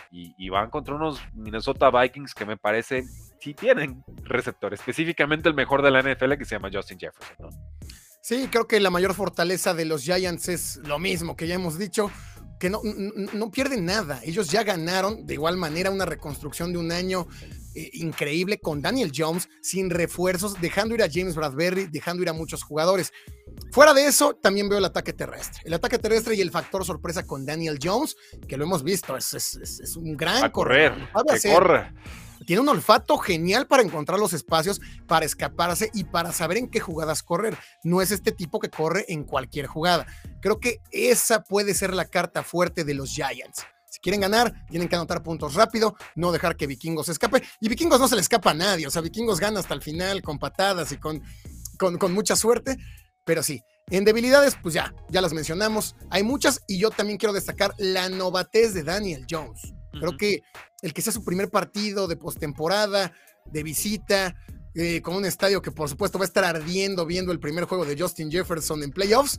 y van contra unos Minnesota Vikings que me parece sí tienen receptor, específicamente el mejor de la NFL que se llama Justin Jefferson, ¿no? Sí, creo que la mayor fortaleza de los Giants es lo mismo que ya hemos dicho, que no pierden nada. Ellos ya ganaron de igual manera una reconstrucción de un año increíble con Daniel Jones, sin refuerzos, dejando ir a James Bradberry, dejando ir a muchos jugadores. Fuera de eso, también veo el ataque terrestre. El ataque terrestre y el factor sorpresa con Daniel Jones, que lo hemos visto, es un gran corredor. Que corra. Tiene un olfato genial para encontrar los espacios, para escaparse y para saber en qué jugadas correr. No es este tipo que corre en cualquier jugada. Creo que esa puede ser la carta fuerte de los Giants. Si quieren ganar, tienen que anotar puntos rápido, no dejar que Vikingos se escape. Y Vikingos no se le escapa a nadie. O sea, Vikingos gana hasta el final con patadas y con mucha suerte. Pero sí, en debilidades, pues ya las mencionamos. Hay muchas y yo también quiero destacar la novatez de Daniel Jones. Creo que el que sea su primer partido de postemporada, de visita, con un estadio que por supuesto va a estar ardiendo viendo el primer juego de Justin Jefferson en playoffs,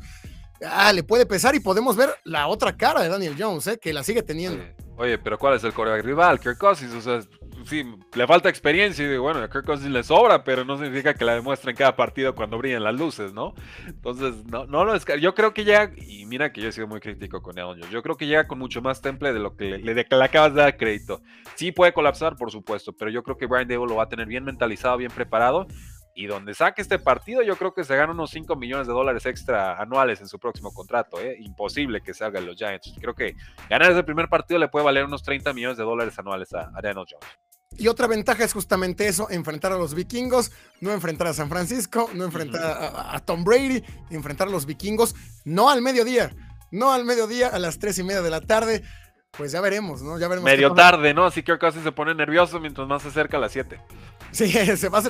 le puede pesar y podemos ver la otra cara de Daniel Jones, que la sigue teniendo. Oye, pero ¿cuál es el quarterback rival? Kirk Cousins, o sea, sí, le falta experiencia y bueno, a Kirk Cousins le sobra, pero no significa que la demuestre en cada partido cuando brillan las luces, ¿no? Entonces, no lo descarto. Yo creo que llega, y mira que yo he sido muy crítico con Aaron Jones, yo creo que llega con mucho más temple de lo que le acabas de dar crédito. Sí puede colapsar, por supuesto, pero yo creo que Brian Daboll lo va a tener bien mentalizado, bien preparado, y donde saque este partido, yo creo que se gana unos $5 millones extra anuales en su próximo contrato. Imposible que salga de los Giants. Creo que ganar ese primer partido le puede valer unos $30 millones anuales a Daniel Jones. Y otra ventaja es justamente eso, enfrentar a los vikingos, no enfrentar a San Francisco, no enfrentar a Tom Brady, enfrentar a los vikingos, no al mediodía, a las 3:30 de la tarde. Pues ya veremos, ¿no? Ya veremos. Medio tarde, ¿no? Así que Kirk Cousins se pone nervioso mientras más se acerca a las 7. Sí, se va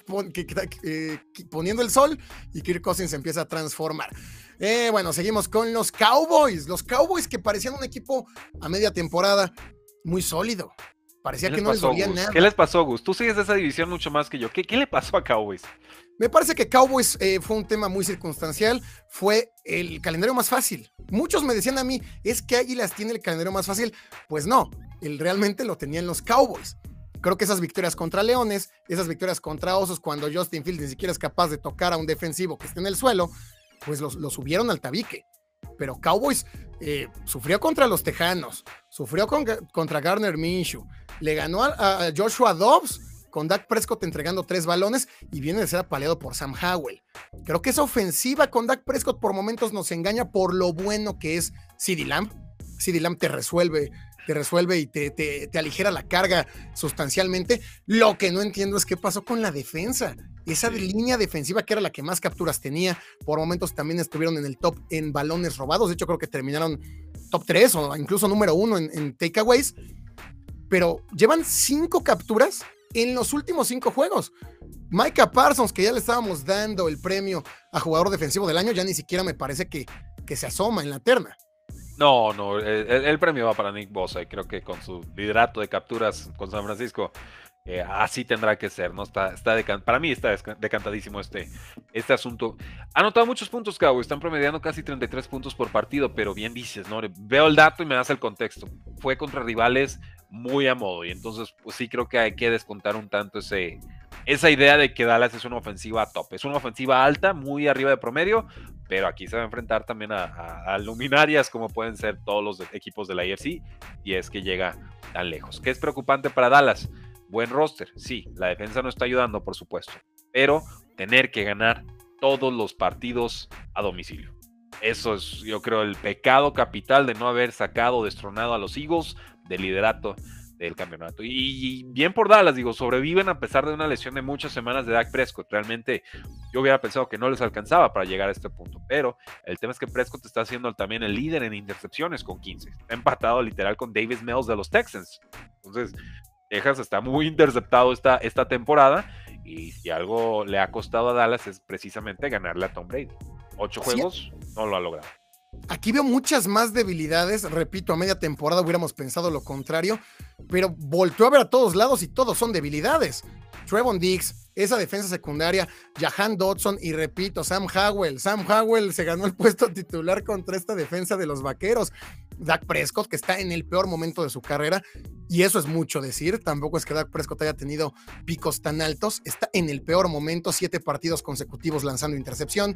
poniendo el sol y Kirk Cousins se empieza a transformar. Bueno, seguimos con los Cowboys. Los Cowboys que parecían un equipo a media temporada muy sólido. Parecía que no les dolía nada. ¿Qué les pasó, Gus? Tú sigues esa división mucho más que yo. ¿Qué le pasó a Cowboys? Me parece que Cowboys fue un tema muy circunstancial, fue el calendario más fácil. Muchos me decían a mí, es que Águilas tiene el calendario más fácil. Pues no, realmente lo tenían los Cowboys. Creo que esas victorias contra Leones, esas victorias contra Osos, cuando Justin Fields ni siquiera es capaz de tocar a un defensivo que esté en el suelo, pues lo subieron al tabique. Pero Cowboys sufrió contra los Tejanos, sufrió contra Gardner Minshew, le ganó a Joshua Dobbs, con Dak Prescott entregando 3 balones y viene de ser apaleado por Sam Howell. Creo que esa ofensiva con Dak Prescott por momentos nos engaña por lo bueno que es CeeDee Lamb. CeeDee Lamb te resuelve y te aligera la carga sustancialmente. Lo que no entiendo es qué pasó con la defensa. Esa línea defensiva que era la que más capturas tenía, por momentos también estuvieron en el top en balones robados. De hecho, creo que terminaron top 3 o incluso número 1 en takeaways. Pero llevan 5 capturas en los últimos 5 juegos. Micah Parsons, que ya le estábamos dando el premio a jugador defensivo del año, ya ni siquiera me parece que se asoma en la terna. No, el premio va para Nick Bosa y creo que con su liderato de capturas con San Francisco Así tendrá que ser, ¿no? Para mí está decantadísimo este asunto. Ha anotado muchos puntos, Cowboys, están promediando casi 33 puntos por partido, pero bien dices, ¿no? Veo el dato y me das el contexto. Fue contra rivales muy a modo, y entonces, pues sí creo que hay que descontar un tanto esa idea de que Dallas es una ofensiva a tope. Es una ofensiva alta, muy arriba de promedio, pero aquí se va a enfrentar también a luminarias como pueden ser todos los equipos de la AFC, y es que llega tan lejos. ¿Qué es preocupante para Dallas? Buen roster, sí, la defensa no está ayudando, por supuesto, pero tener que ganar todos los partidos a domicilio. Eso es, yo creo, el pecado capital de no haber sacado o destronado a los Eagles del liderato del campeonato. Y bien por Dallas, digo, sobreviven a pesar de una lesión de muchas semanas de Dak Prescott. Realmente yo hubiera pensado que no les alcanzaba para llegar a este punto, pero el tema es que Prescott está siendo también el líder en intercepciones con 15. Está empatado literal con Davis Mills de los Texans. Entonces, Texas está muy interceptado esta temporada, y si algo le ha costado a Dallas es precisamente ganarle a Tom Brady. 8 juegos, no lo ha logrado. Aquí veo muchas más debilidades, repito, a media temporada hubiéramos pensado lo contrario, pero volteó a ver a todos lados y todos son debilidades. Trevon Diggs, esa defensa secundaria, Jahan Dotson y repito, Sam Howell se ganó el puesto titular contra esta defensa de los Vaqueros. Dak Prescott, que está en el peor momento de su carrera, y eso es mucho decir, tampoco es que Dak Prescott haya tenido picos tan altos, está en el peor momento, 7 partidos consecutivos lanzando intercepción.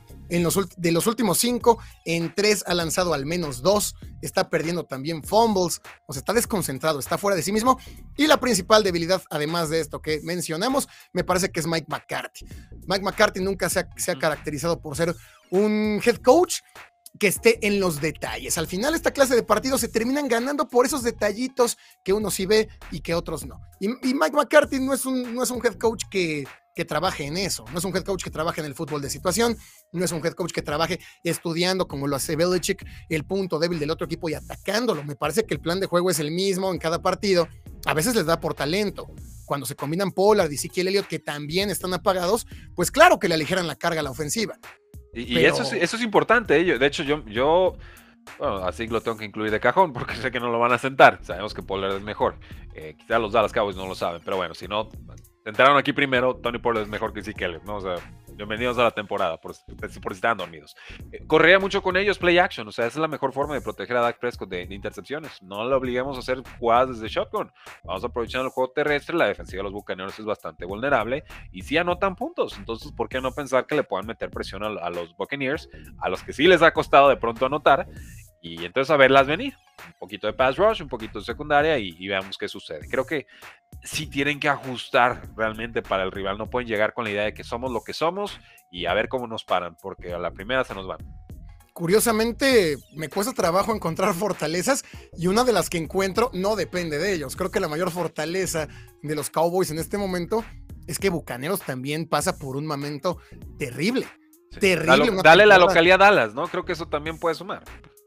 De los últimos 5, en 3 ha lanzado al menos 2, está perdiendo también fumbles, o sea, está desconcentrado, está fuera de sí mismo, y la principal debilidad, además de esto que mencionamos, me parece que es Mike McCarthy. Mike McCarthy nunca se ha caracterizado por ser un head coach que esté en los detalles. Al final, esta clase de partidos se terminan ganando por esos detallitos que uno sí ve y que otros no. Y Mike McCarthy no es un head coach que trabaje en eso, no es un head coach que trabaje en el fútbol de situación, no es un head coach que trabaje estudiando como lo hace Belichick el punto débil del otro equipo y atacándolo. Me parece que el plan de juego es el mismo en cada partido, a veces les da por talento. Cuando se combinan Pollard y Ezekiel Elliott, que también están apagados, pues claro que le aligeran la carga a la ofensiva. Pero eso es importante, de hecho yo bueno, así lo tengo que incluir de cajón porque sé que no lo van a sentar. Sabemos que Pollard es mejor. Quizá los Dallas Cowboys no lo saben, pero bueno, si no, sentaron aquí primero, Tony Pollard es mejor que Ezekiel Elliott, ¿no? O sea, bienvenidos a la temporada, por si estaban dormidos. Corría mucho con ellos, play action, o sea, esa es la mejor forma de proteger a Dak Prescott de intercepciones. No le obliguemos a hacer jugadas desde shotgun. Vamos aprovechando el juego terrestre, la defensiva de los Buccaneers es bastante vulnerable, y sí anotan puntos, entonces, ¿por qué no pensar que le puedan meter presión a los Buccaneers, a los que sí les ha costado de pronto anotar? Y entonces a verlas venir, un poquito de pass rush, un poquito de secundaria y veamos qué sucede. Creo que sí tienen que ajustar realmente para el rival, no pueden llegar con la idea de que somos lo que somos y a ver cómo nos paran, porque a la primera se nos van. Curiosamente, me cuesta trabajo encontrar fortalezas y una de las que encuentro no depende de ellos. Creo que la mayor fortaleza de los Cowboys en este momento es que Bucaneros también pasa por un momento terrible. Sí. Terrible. Dale la localidad a Dallas, ¿no? Creo que eso también puede sumar.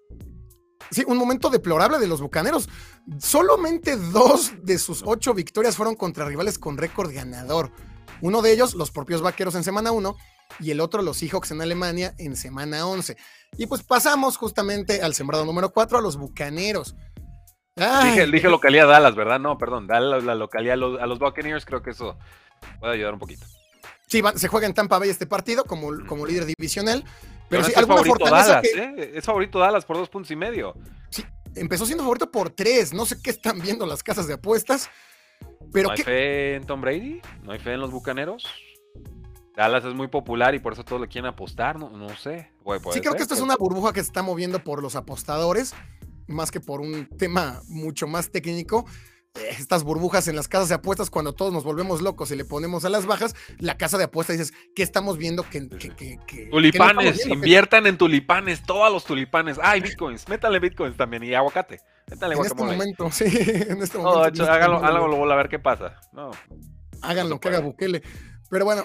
Sí, un momento deplorable de los Bucaneros. Solamente 2 de sus 8 victorias fueron contra rivales con récord ganador. Uno de ellos, los propios Vaqueros en semana 1, y el otro, los Seahawks en Alemania en semana 11. Y pues pasamos justamente al sembrado número 4, a los Bucaneros. Dije localidad Dallas, ¿verdad? No, perdón, dale la localidad a los Buccaneers, creo que eso puede ayudar un poquito. Sí, se juega en Tampa Bay este partido como líder divisional. Pero sí, es favorito Dallas, es favorito Dallas por 2.5 puntos. Sí, empezó siendo favorito por 3. No sé qué están viendo las casas de apuestas. Pero ¿No hay fe en Tom Brady? ¿No hay fe en los Bucaneros? Dallas es muy popular y por eso todos le quieren apostar, no sé. Sí, creo que esto es una burbuja que se está moviendo por los apostadores, más que por un tema mucho más técnico. Estas burbujas en las casas de apuestas, cuando todos nos volvemos locos y le ponemos a las bajas, la casa de apuestas dices, ¿qué estamos viendo? Tulipanes, inviertan en tulipanes, todos los tulipanes. Hay bitcoins, métanle bitcoins también y aguacate. Métanle guacamole. En este momento. Háganlo, a ver qué pasa. No, háganlo, que haga Bukele. Pero bueno,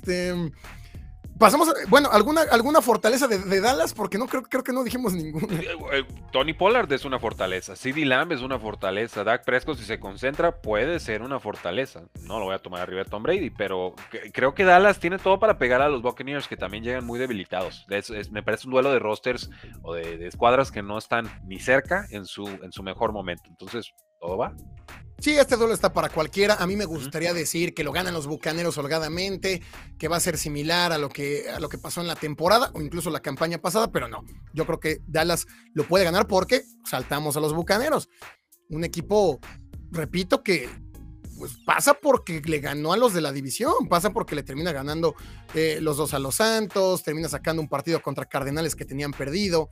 pasamos, alguna fortaleza de Dallas, porque no creo que no dijimos ninguna. Tony Pollard es una fortaleza, CeeDee Lamb es una fortaleza, Dak Prescott si se concentra puede ser una fortaleza. No lo voy a tomar arriba de Tom Brady, pero creo que Dallas tiene todo para pegar a los Buccaneers, que también llegan muy debilitados. Me parece un duelo de rosters o de escuadras que no están ni cerca en su mejor momento. Entonces, todo va. Sí, este duelo está para cualquiera. A mí me gustaría decir que lo ganan los Bucaneros holgadamente, que va a ser similar a lo que pasó en la temporada o incluso la campaña pasada, pero no. Yo creo que Dallas lo puede ganar porque saltamos a los Bucaneros. Un equipo, repito, que pues pasa porque le ganó a los de la división, pasa porque le termina ganando los dos a los Santos, termina sacando un partido contra Cardenales que tenían perdido.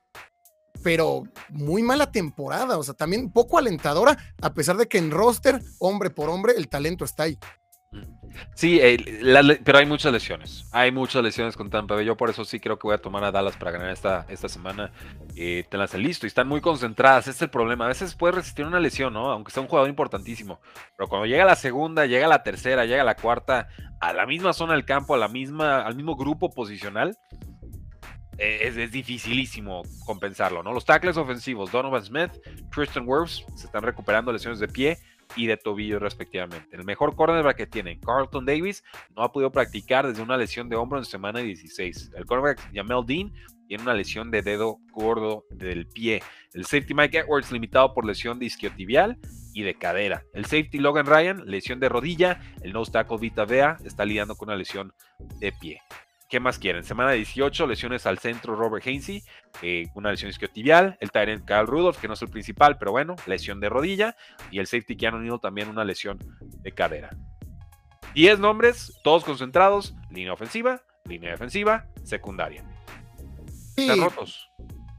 Pero muy mala temporada, o sea, también poco alentadora, a pesar de que en roster, hombre por hombre, el talento está ahí. Sí, pero hay muchas lesiones con Tampa Bay. Yo por eso sí creo que voy a tomar a Dallas para ganar esta semana. Tenlas listo y están muy concentradas, ese es el problema. A veces puede resistir una lesión, ¿no? Aunque sea un jugador importantísimo, pero cuando llega la segunda, llega la tercera, llega la cuarta, a la misma zona del campo, al mismo grupo posicional, es dificilísimo compensarlo, ¿no? Los tackles ofensivos, Donovan Smith, Tristan Wirfs, se están recuperando lesiones de pie y de tobillo respectivamente. El mejor cornerback que tienen, Carlton Davis, no ha podido practicar desde una lesión de hombro en semana 16. El cornerback Jamel Dean tiene una lesión de dedo gordo del pie. El safety Mike Edwards limitado por lesión de isquiotibial y de cadera. El safety Logan Ryan, lesión de rodilla. El nose tackle Vita Vea está lidiando con una lesión de pie. ¿Qué más quieren? Semana 18, lesiones al centro Robert Hainsey, una lesión isquiotibial. El tight end Kyle Rudolph, que no es el principal, pero bueno, lesión de rodilla. Y el safety Keanu Neal también una lesión de cadera. 10 nombres, todos concentrados, línea ofensiva, línea defensiva, secundaria. Sí. Están rotos.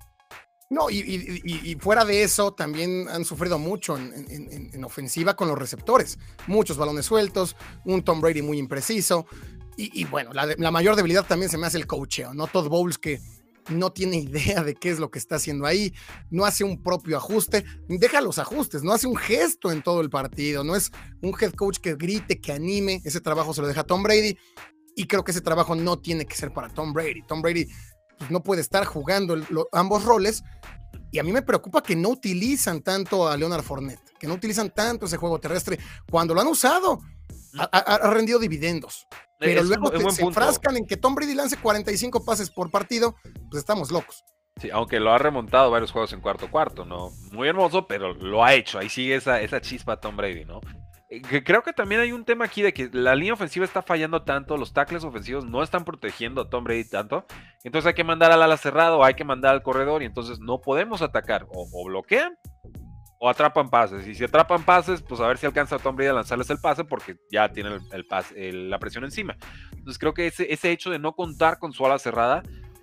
No, y fuera de eso, también han sufrido mucho en ofensiva con los receptores. Muchos balones sueltos, un Tom Brady muy impreciso. Y bueno, la mayor debilidad también se me hace el coacheo, ¿no? Todd Bowles, que no tiene idea de qué es lo que está haciendo ahí, no hace un propio ajuste, deja los ajustes, no hace un gesto en todo el partido, no es un head coach que grite, que anime. Ese trabajo se lo deja Tom Brady, y creo que ese trabajo no tiene que ser para Tom Brady. Tom Brady pues, no puede estar jugando ambos roles, y a mí me preocupa que no utilizan tanto a Leonard Fournette, que no utilizan tanto ese juego terrestre, cuando lo han usado, ha rendido dividendos. Pero luego se enfrascan en que Tom Brady lance 45 pases por partido, pues estamos locos. Sí, aunque lo ha remontado varios juegos en cuarto, ¿no? Muy hermoso, pero lo ha hecho. Ahí sigue esa chispa Tom Brady, ¿no? Creo que también hay un tema aquí de que la línea ofensiva está fallando tanto, los tackles ofensivos no están protegiendo a Tom Brady tanto, entonces hay que mandar al ala cerrado, hay que mandar al corredor, y entonces no podemos atacar, o bloquean o atrapan pases, y si atrapan pases, pues a ver si alcanza a Tom Brady a lanzarles el pase, porque ya tiene la presión encima. Entonces creo que ese hecho de no contar con su ala cerrada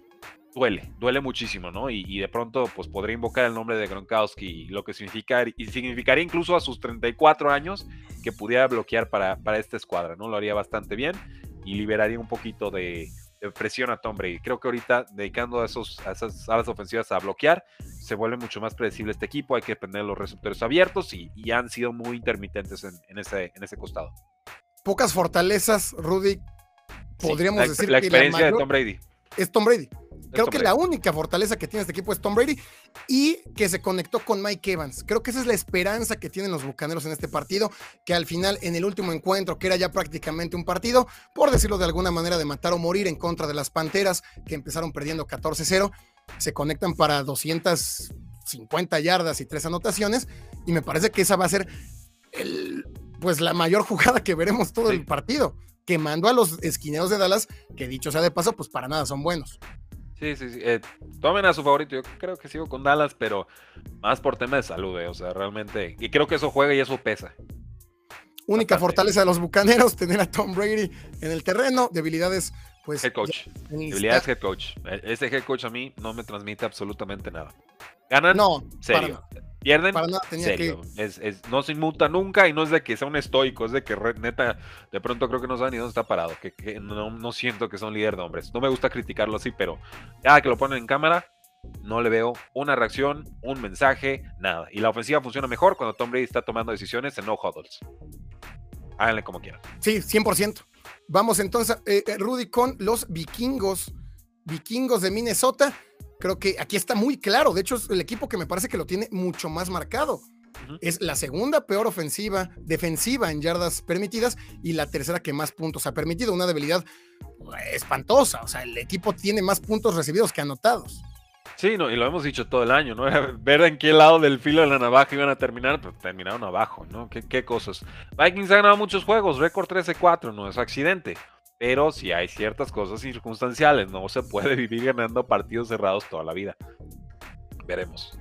duele muchísimo, ¿no? Y de pronto pues podría invocar el nombre de Gronkowski, lo que significaría incluso a sus 34 años que pudiera bloquear para esta escuadra, ¿no? Lo haría bastante bien y liberaría un poquito de presión a Tom Brady. Creo que ahorita dedicando a esas alas ofensivas a bloquear, se vuelve mucho más predecible este equipo. Hay que depender de los receptores abiertos y han sido muy intermitentes en ese costado. Pocas fortalezas, Rudy. Podríamos decir la que experiencia de Tom Brady es Tom Brady. Creo que la única fortaleza que tiene este equipo es Tom Brady, y que se conectó con Mike Evans. Creo que esa es la esperanza que tienen los Bucaneros en este partido, que al final, en el último encuentro, que era ya prácticamente un partido, por decirlo de alguna manera, de matar o morir en contra de las Panteras, que empezaron perdiendo 14-0, se conectan para 250 yardas y 3 anotaciones, y me parece que esa va a ser pues la mayor jugada que veremos todo el partido, quemando a los esquineros de Dallas, que dicho sea de paso, pues para nada son buenos. Sí. Tomen a su favorito. Yo creo que sigo con Dallas, pero más por tema de salud, o sea, realmente. Y creo que eso juega y eso pesa. Única fortaleza de los Bucaneros, tener a Tom Brady en el terreno. Debilidades, pues. Head coach. Debilidades head coach. Ese head coach a mí no me transmite absolutamente nada. ¿Ganan? No, serio. ¿Pierden? Para nada, serio. No se inmuta nunca, y no es de que sea un estoico, es de que neta, de pronto creo que no sabe ni dónde está parado, que no siento que son líder de hombres. No me gusta criticarlo así, pero cada que lo ponen en cámara, no le veo una reacción, un mensaje, nada. Y la ofensiva funciona mejor cuando Tom Brady está tomando decisiones en no huddles. Háganle como quieran. Sí, 100%. Vamos entonces, Rudy, con los vikingos de Minnesota. Creo que aquí está muy claro. De hecho, es el equipo que me parece que lo tiene mucho más marcado. Uh-huh. Es la segunda peor defensiva en yardas permitidas, y la tercera que más puntos ha permitido. Una debilidad espantosa. O sea, el equipo tiene más puntos recibidos que anotados. Sí, no, y lo hemos dicho todo el año, ¿no? Era ver en qué lado del filo de la navaja iban a terminar, pero terminaron abajo, ¿no? ¿Qué cosas? Vikings ha ganado muchos juegos, récord 13-4, no es accidente. Pero sí hay ciertas cosas circunstanciales, no se puede vivir ganando partidos cerrados toda la vida. Veremos.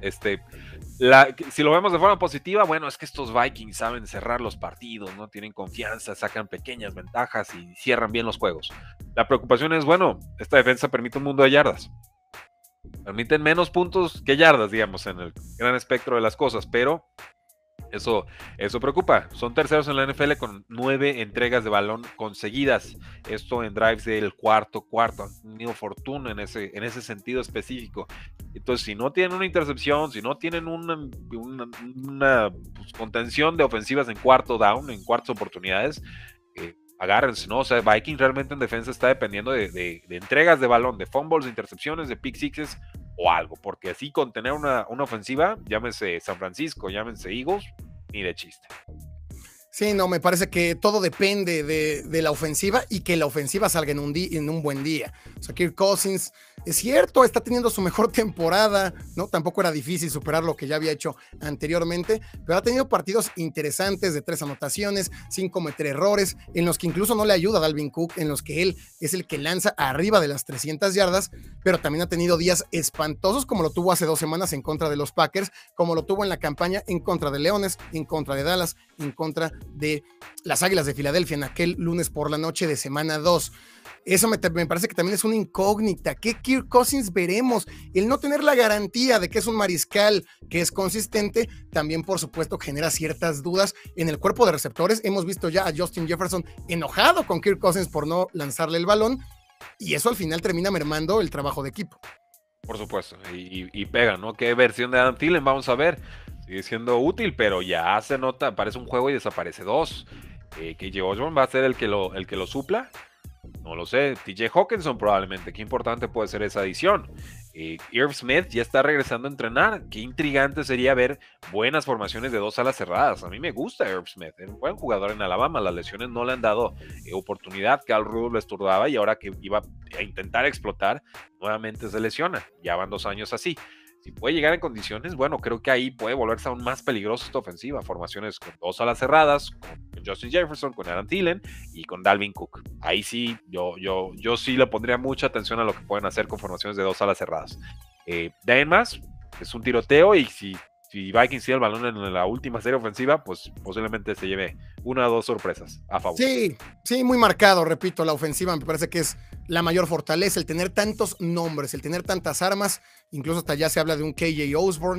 Si lo vemos de forma positiva, bueno, es que estos Vikings saben cerrar los partidos, ¿no? Tienen confianza, sacan pequeñas ventajas y cierran bien los juegos. La preocupación es, bueno, esta defensa permite un mundo de yardas. Permiten menos puntos que yardas, digamos, en el gran espectro de las cosas, pero eso preocupa. Son terceros en la NFL con 9 entregas de balón conseguidas. Esto en drives del cuarto. Han tenido fortuna en ese sentido específico. Entonces, si no tienen una intercepción, si no tienen una pues, contención de ofensivas en cuarto down, en cuartas oportunidades, agárrense, ¿no? O sea, Vikings realmente en defensa está dependiendo de entregas de balón, de fumbles, de intercepciones, de pick sixes o algo, porque así con tener una ofensiva, llámese San Francisco, llámense Eagles, ni de chiste. Sí, no, me parece que todo depende de la ofensiva y que la ofensiva salga en un buen día. O sea, Kirk Cousins, es cierto, está teniendo su mejor temporada, ¿no? Tampoco era difícil superar lo que ya había hecho anteriormente, pero ha tenido partidos interesantes de 3 anotaciones, sin cometer errores, en los que incluso no le ayuda a Dalvin Cook, en los que él es el que lanza arriba de las 300 yardas, pero también ha tenido días espantosos, como lo tuvo hace 2 semanas en contra de los Packers, como lo tuvo en la campaña en contra de Leones, en contra de Dallas, en contra de las Águilas de Filadelfia en aquel lunes por la noche de semana 2. Eso me parece que también es una incógnita. ¿Qué Kirk Cousins veremos? El no tener la garantía de que es un mariscal que es consistente, también por supuesto genera ciertas dudas en el cuerpo de receptores. Hemos visto ya a Justin Jefferson enojado con Kirk Cousins por no lanzarle el balón, y eso al final termina mermando el trabajo de equipo. Por supuesto, y pega, ¿no? ¿Qué versión de Adam Thielen vamos a ver? Sigue siendo útil, pero ya se nota, aparece un juego y desaparece 2. KJ Osborne va a ser el que lo supla. No lo sé. TJ Hawkinson probablemente. Qué importante puede ser esa adición. Irv Smith ya está regresando a entrenar. Qué intrigante sería ver buenas formaciones de 2 alas cerradas. A mí me gusta Irv Smith. Es un buen jugador en Alabama. Las lesiones no le han dado oportunidad. Cal Rudolph lo estorbaba y ahora que iba a intentar explotar, nuevamente se lesiona. Ya van 2 años así. Si puede llegar en condiciones, bueno, creo que ahí puede volverse aún más peligroso esta ofensiva. Formaciones con 2 alas cerradas, con Justin Jefferson, con Adam Thielen y con Dalvin Cook. Ahí sí, yo sí le pondría mucha atención a lo que pueden hacer con formaciones de 2 alas cerradas. De ahí más, es un tiroteo y si Vikings tiene el balón en la última serie ofensiva, pues posiblemente se lleve 1 o 2 sorpresas a favor. Sí, muy marcado, repito, la ofensiva me parece que es la mayor fortaleza, el tener tantos nombres, el tener tantas armas, incluso hasta ya se habla de un KJ Osborne,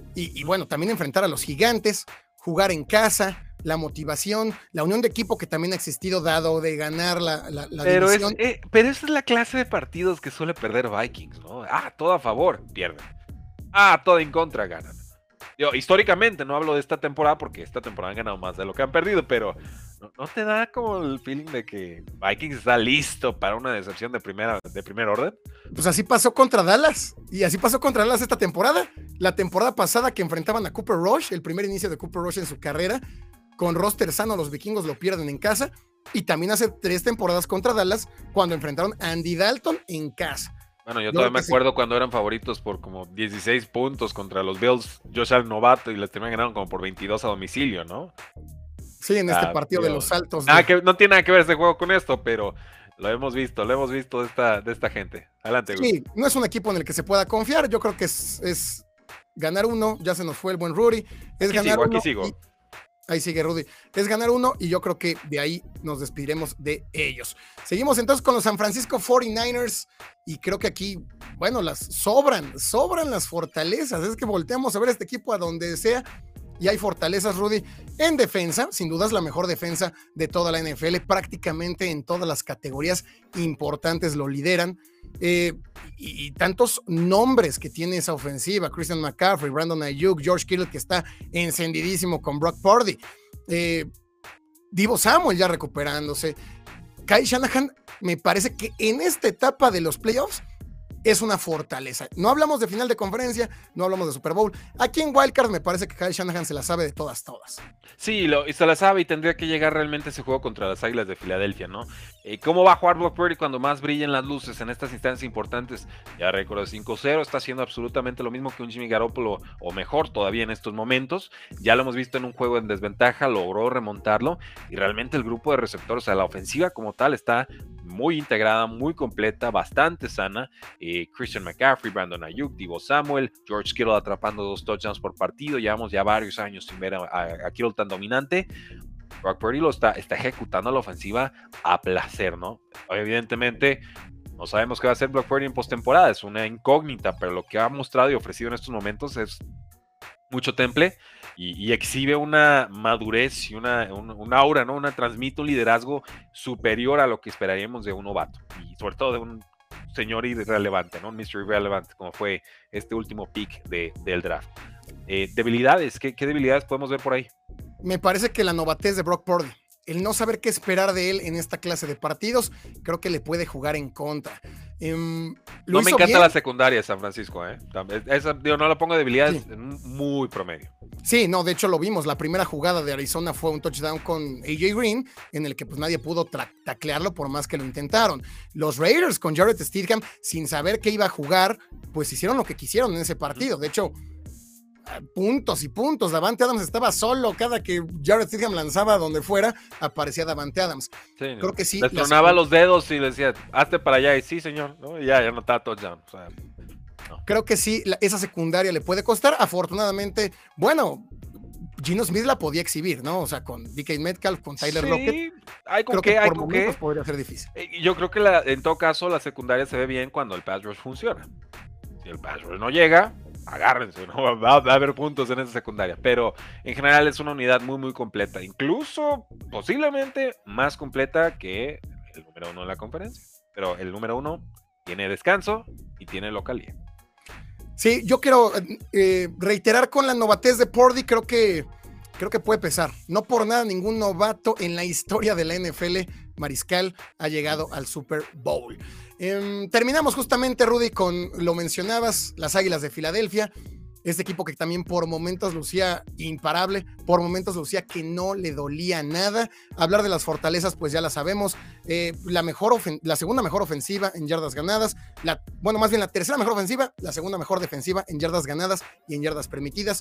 y bueno, también enfrentar a los gigantes, jugar en casa, la motivación, la unión de equipo que también ha existido dado de ganar la división. Pero esa es la clase de partidos que suele perder Vikings, ¿no? Todo a favor, pierden. Todo en contra, ganan. Históricamente, no hablo de esta temporada porque esta temporada han ganado más de lo que han perdido, pero ¿no te da como el feeling de que Vikings está listo para una decepción de primer orden? Pues así pasó contra Dallas, y así pasó contra Dallas esta temporada. La temporada pasada que enfrentaban a Cooper Rush, el primer inicio de Cooper Rush en su carrera, con roster sano los vikingos lo pierden en casa, y también hace 3 temporadas contra Dallas cuando enfrentaron a Andy Dalton en casa. Bueno, yo todavía me acuerdo cuando eran favoritos por como 16 puntos contra los Bills, Josh Allen novato, y les terminaron ganando como por 22 a domicilio, ¿no? Sí, en este partido de los Altos. No tiene nada que ver este juego con esto, pero lo hemos visto de esta gente. Adelante, Gus. Sí, no es un equipo en el que se pueda confiar. Yo creo que es ganar 1, ya se nos fue el buen Rudy. Aquí sigo. Ahí sigue Rudy. Es ganar 1 y yo creo que de ahí nos despediremos de ellos. Seguimos entonces con los San Francisco 49ers y creo que aquí, bueno, sobran las fortalezas. Es que volteamos a ver este equipo a donde sea y hay fortalezas, Rudy, en defensa. Sin duda es la mejor defensa de toda la NFL. Prácticamente en todas las categorías importantes lo lideran. Y tantos nombres que tiene esa ofensiva: Christian McCaffrey, Brandon Ayuk, George Kittle, que está encendidísimo con Brock Purdy, Deebo Samuel ya recuperándose. Kyle Shanahan me parece que en esta etapa de los playoffs es una fortaleza. No hablamos de final de conferencia, no hablamos de Super Bowl. Aquí en Wildcard me parece que Kyle Shanahan se la sabe de todas. Sí, y se la sabe y tendría que llegar realmente ese juego contra las Águilas de Filadelfia, ¿no? ¿Cómo va a jugar Brock Purdy cuando más brillen las luces en estas instancias importantes? Ya récord de 5-0, está haciendo absolutamente lo mismo que un Jimmy Garoppolo, o mejor todavía en estos momentos. Ya lo hemos visto en un juego en desventaja, logró remontarlo, y realmente el grupo de receptores, o sea, la ofensiva como tal está muy integrada, muy completa, bastante sana. Christian McCaffrey, Brandon Ayuk, Deebo Samuel, George Kittle atrapando 2 touchdowns por partido. Llevamos ya varios años sin ver a Kittle tan dominante. Brock Purdy lo está ejecutando a la ofensiva a placer, ¿no? Evidentemente, no sabemos qué va a hacer Brock Purdy en postemporada, es una incógnita, pero lo que ha mostrado y ofrecido en estos momentos es mucho temple y exhibe una madurez y un aura, ¿no? Transmite un liderazgo superior a lo que esperaríamos de un novato y sobre todo de un señor irrelevante, ¿no? Un Mr. Irrelevant, como fue este último pick del draft. Debilidades, ¿qué debilidades podemos ver por ahí? Me parece que la novatez de Brock Purdy, el no saber qué esperar de él en esta clase de partidos, creo que le puede jugar en contra. No me encanta la secundaria de San Francisco, ¿eh? Esa, no la pongo de debilidades, sí. Muy promedio. Sí, no, de hecho lo vimos. La primera jugada de Arizona fue un touchdown con AJ Green, en el que pues nadie pudo taclearlo por más que lo intentaron. Los Raiders con Jarrett Stidham, sin saber qué iba a jugar, pues hicieron lo que quisieron en ese partido. De hecho, puntos y puntos. Davante Adams estaba solo. Cada que Jarrett Stidham lanzaba donde fuera, aparecía Davante Adams. Sí, creo que sí. Les tronaba los dedos y le decía, hazte para allá. Y sí, señor, ¿no? Y ya no estaba touchdown. O sea, no. Creo que sí, esa secundaria le puede costar. Afortunadamente, bueno, Geno Smith la podía exhibir, ¿no? O sea, con DK Metcalf, con Tyler Lockett. Hay con qué, hay por momentos podría ser difícil. Yo creo que en todo caso la secundaria se ve bien cuando el pass rush funciona. Si el pass rush no llega, agárrense, ¿no? Va a haber puntos en esa secundaria, pero en general es una unidad muy, muy completa, incluso posiblemente más completa que el número 1 de la conferencia, pero el número 1 tiene descanso y tiene localía. Sí, yo quiero reiterar con la novatez de Purdy, creo que puede pesar. No por nada ningún novato en la historia de la NFL mariscal ha llegado al Super Bowl. Terminamos justamente, Rudy, con, lo mencionabas, las Águilas de Filadelfia. Este equipo que también por momentos lucía imparable, por momentos lucía que no le dolía nada. Hablar de las fortalezas, pues ya la sabemos. La segunda mejor ofensiva en yardas ganadas. Más bien la tercera mejor ofensiva, la segunda mejor defensiva en yardas ganadas y en yardas permitidas.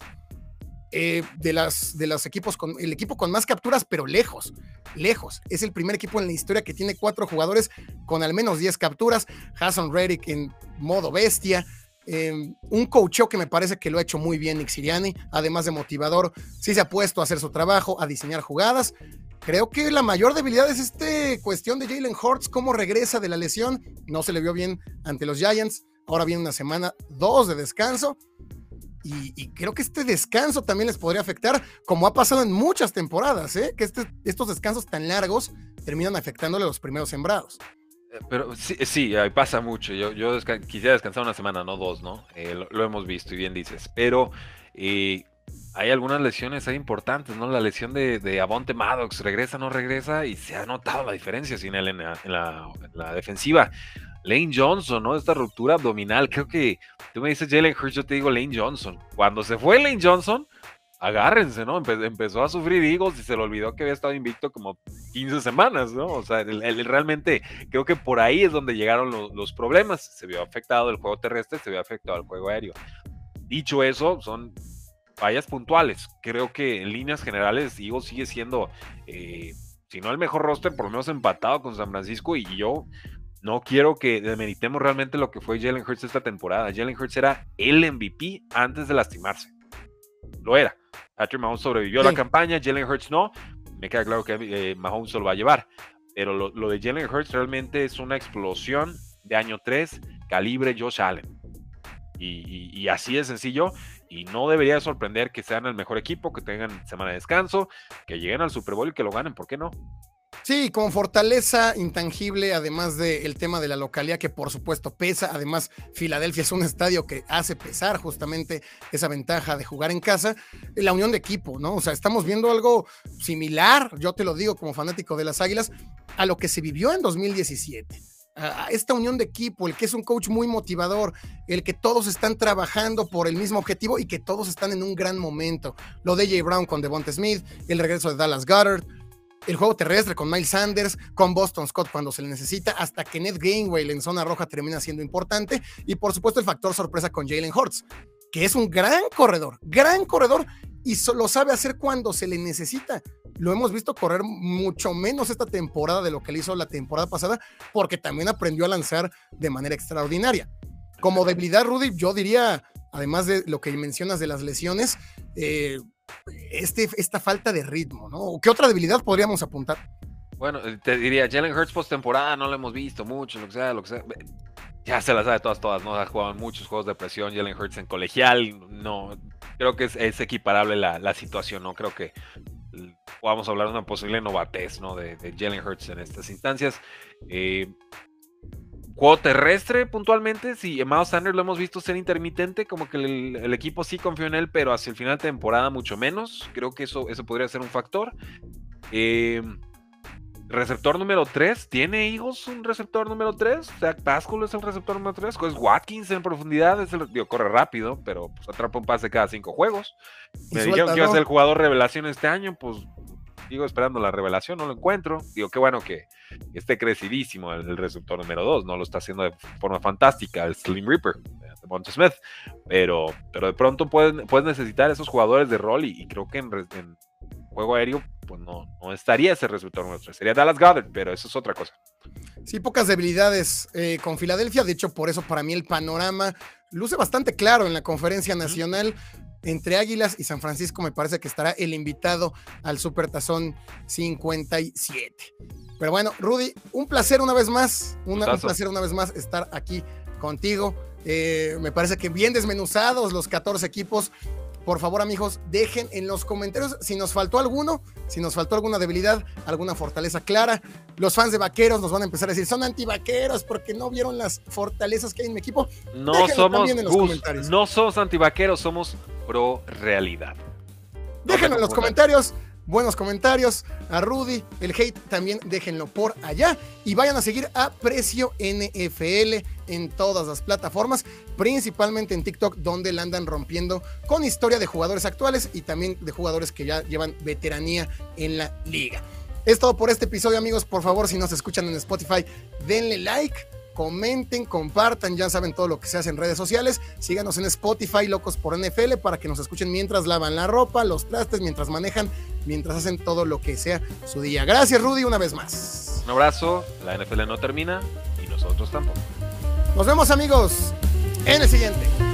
De los equipos, el equipo con más capturas, pero lejos. Es el primer equipo en la historia que tiene 4 jugadores con al menos 10 capturas. Haason Reddick en modo bestia. Un coacheo que me parece que lo ha hecho muy bien Nick Sirianni, además de motivador, sí se ha puesto a hacer su trabajo, a diseñar jugadas. Creo que la mayor debilidad es cuestión de Jalen Hurts, cómo regresa de la lesión. No se le vio bien ante los Giants, ahora viene una semana 2 de descanso. Y creo que este descanso también les podría afectar, como ha pasado en muchas temporadas, que estos descansos tan largos terminan afectándole a los primeros sembrados. Pero sí, pasa mucho. Yo quisiera descansar una semana, no 2, ¿no? Lo hemos visto y bien dices. Pero hay algunas lesiones ahí importantes, ¿no? La lesión de Avonte Maddox, regresa, no regresa, y se ha notado la diferencia sin él en la defensiva. Lane Johnson, ¿no? Esta ruptura abdominal, creo que tú me dices Jalen Hurts, yo te digo Lane Johnson. Cuando se fue Lane Johnson, agárrense, ¿no? Empezó a sufrir Eagles y se le olvidó que había estado invicto como 15 semanas, ¿no? O sea, realmente creo que por ahí es donde llegaron los problemas. Se vio afectado el juego terrestre, se vio afectado el juego aéreo. Dicho eso, son fallas puntuales. Creo que en líneas generales Eagles sigue siendo, si no el mejor roster, por lo menos empatado con San Francisco, y yo no quiero que demeritemos realmente lo que fue Jalen Hurts esta temporada. Jalen Hurts era el MVP antes de lastimarse. Lo era. Patrick Mahomes sobrevivió a la campaña, Jalen Hurts no. Me queda claro que Mahomes se lo va a llevar. Pero lo de Jalen Hurts realmente es una explosión de año 3, calibre Josh Allen. Y así de sencillo. Y no debería sorprender que sean el mejor equipo, que tengan semana de descanso, que lleguen al Super Bowl y que lo ganen. ¿Por qué no? Sí, con fortaleza intangible, además del tema de la localidad, que por supuesto pesa. Además, Filadelfia es un estadio que hace pesar justamente esa ventaja de jugar en casa. La unión de equipo, ¿no? O sea, estamos viendo algo similar, yo te lo digo como fanático de las Águilas, a lo que se vivió en 2017. a esta unión de equipo, el que es un coach muy motivador, el que todos están trabajando por el mismo objetivo y que todos están en un gran momento. Lo de J. Brown con Devonta Smith, el regreso de Dallas Goedert, el juego terrestre con Miles Sanders, con Boston Scott cuando se le necesita, hasta que Ned Gainwell en zona roja termina siendo importante, y por supuesto el factor sorpresa con Jalen Hurts, que es un gran corredor, y lo sabe hacer cuando se le necesita. Lo hemos visto correr mucho menos esta temporada de lo que le hizo la temporada pasada, porque también aprendió a lanzar de manera extraordinaria. Como debilidad, Rudy, yo diría, además de lo que mencionas de las lesiones, esta falta de ritmo, ¿no? ¿Qué otra debilidad podríamos apuntar? Bueno, te diría, Jalen Hurts postemporada no lo hemos visto mucho, lo que sea. Ya se las sabe todas, ¿no? Ha jugado en muchos juegos de presión. Jalen Hurts en colegial, no. Creo que es equiparable la situación, ¿no? Creo que podamos hablar de una posible novatez, ¿no? De Jalen Hurts en estas instancias. Juego terrestre, puntualmente, sí, Miles Sanders lo hemos visto ser intermitente, como que el equipo sí confió en él, pero hacia el final de temporada mucho menos. Creo que eso podría ser un factor. Receptor número 3, ¿tiene Eagles un receptor número 3? Zach Pascal es el receptor número 3, es Watkins en profundidad, corre rápido, pero pues, atrapa un pase cada 5 juegos. Me dijeron que iba a ser el jugador revelación este año, pues sigo esperando la revelación, no lo encuentro. Qué bueno que esté crecidísimo el receptor número 2, no lo está haciendo de forma fantástica el Slim Reaper, Devonta Smith, pero de pronto puedes necesitar esos jugadores de rol y creo que en juego aéreo pues no estaría ese receptor número 3, sería Dallas Goedert, pero eso es otra cosa. Sí, pocas debilidades con Filadelfia, de hecho por eso para mí el panorama luce bastante claro en la conferencia nacional. Entre Águilas y San Francisco me parece que estará el invitado al Supertazón 57. Pero bueno, Rudy, un placer una vez más, estar aquí contigo. Me parece que bien desmenuzados los 14 equipos. Por favor, amigos, dejen en los comentarios si nos faltó alguno, si nos faltó alguna debilidad, alguna fortaleza clara. Los fans de Vaqueros nos van a empezar a decir, son antivaqueros porque no vieron las fortalezas que hay en mi equipo. No somos antivaqueros, somos pro realidad. Déjenlo en los comentarios. Buenos comentarios a Rudy, el hate también déjenlo por allá y vayan a seguir a Precio NFL en todas las plataformas, principalmente en TikTok, donde la andan rompiendo con historia de jugadores actuales y también de jugadores que ya llevan veteranía en la liga. Es todo por este episodio, amigos. Por favor, si nos escuchan en Spotify, denle like, comenten, compartan, ya saben todo lo que se hace en redes sociales. Síganos en Spotify, Locos por NFL, para que nos escuchen mientras lavan la ropa, los trastes, mientras manejan, mientras hacen todo lo que sea su día. Gracias, Rudy, una vez más. Un abrazo, la NFL no termina y nosotros tampoco. Nos vemos, amigos, en el siguiente.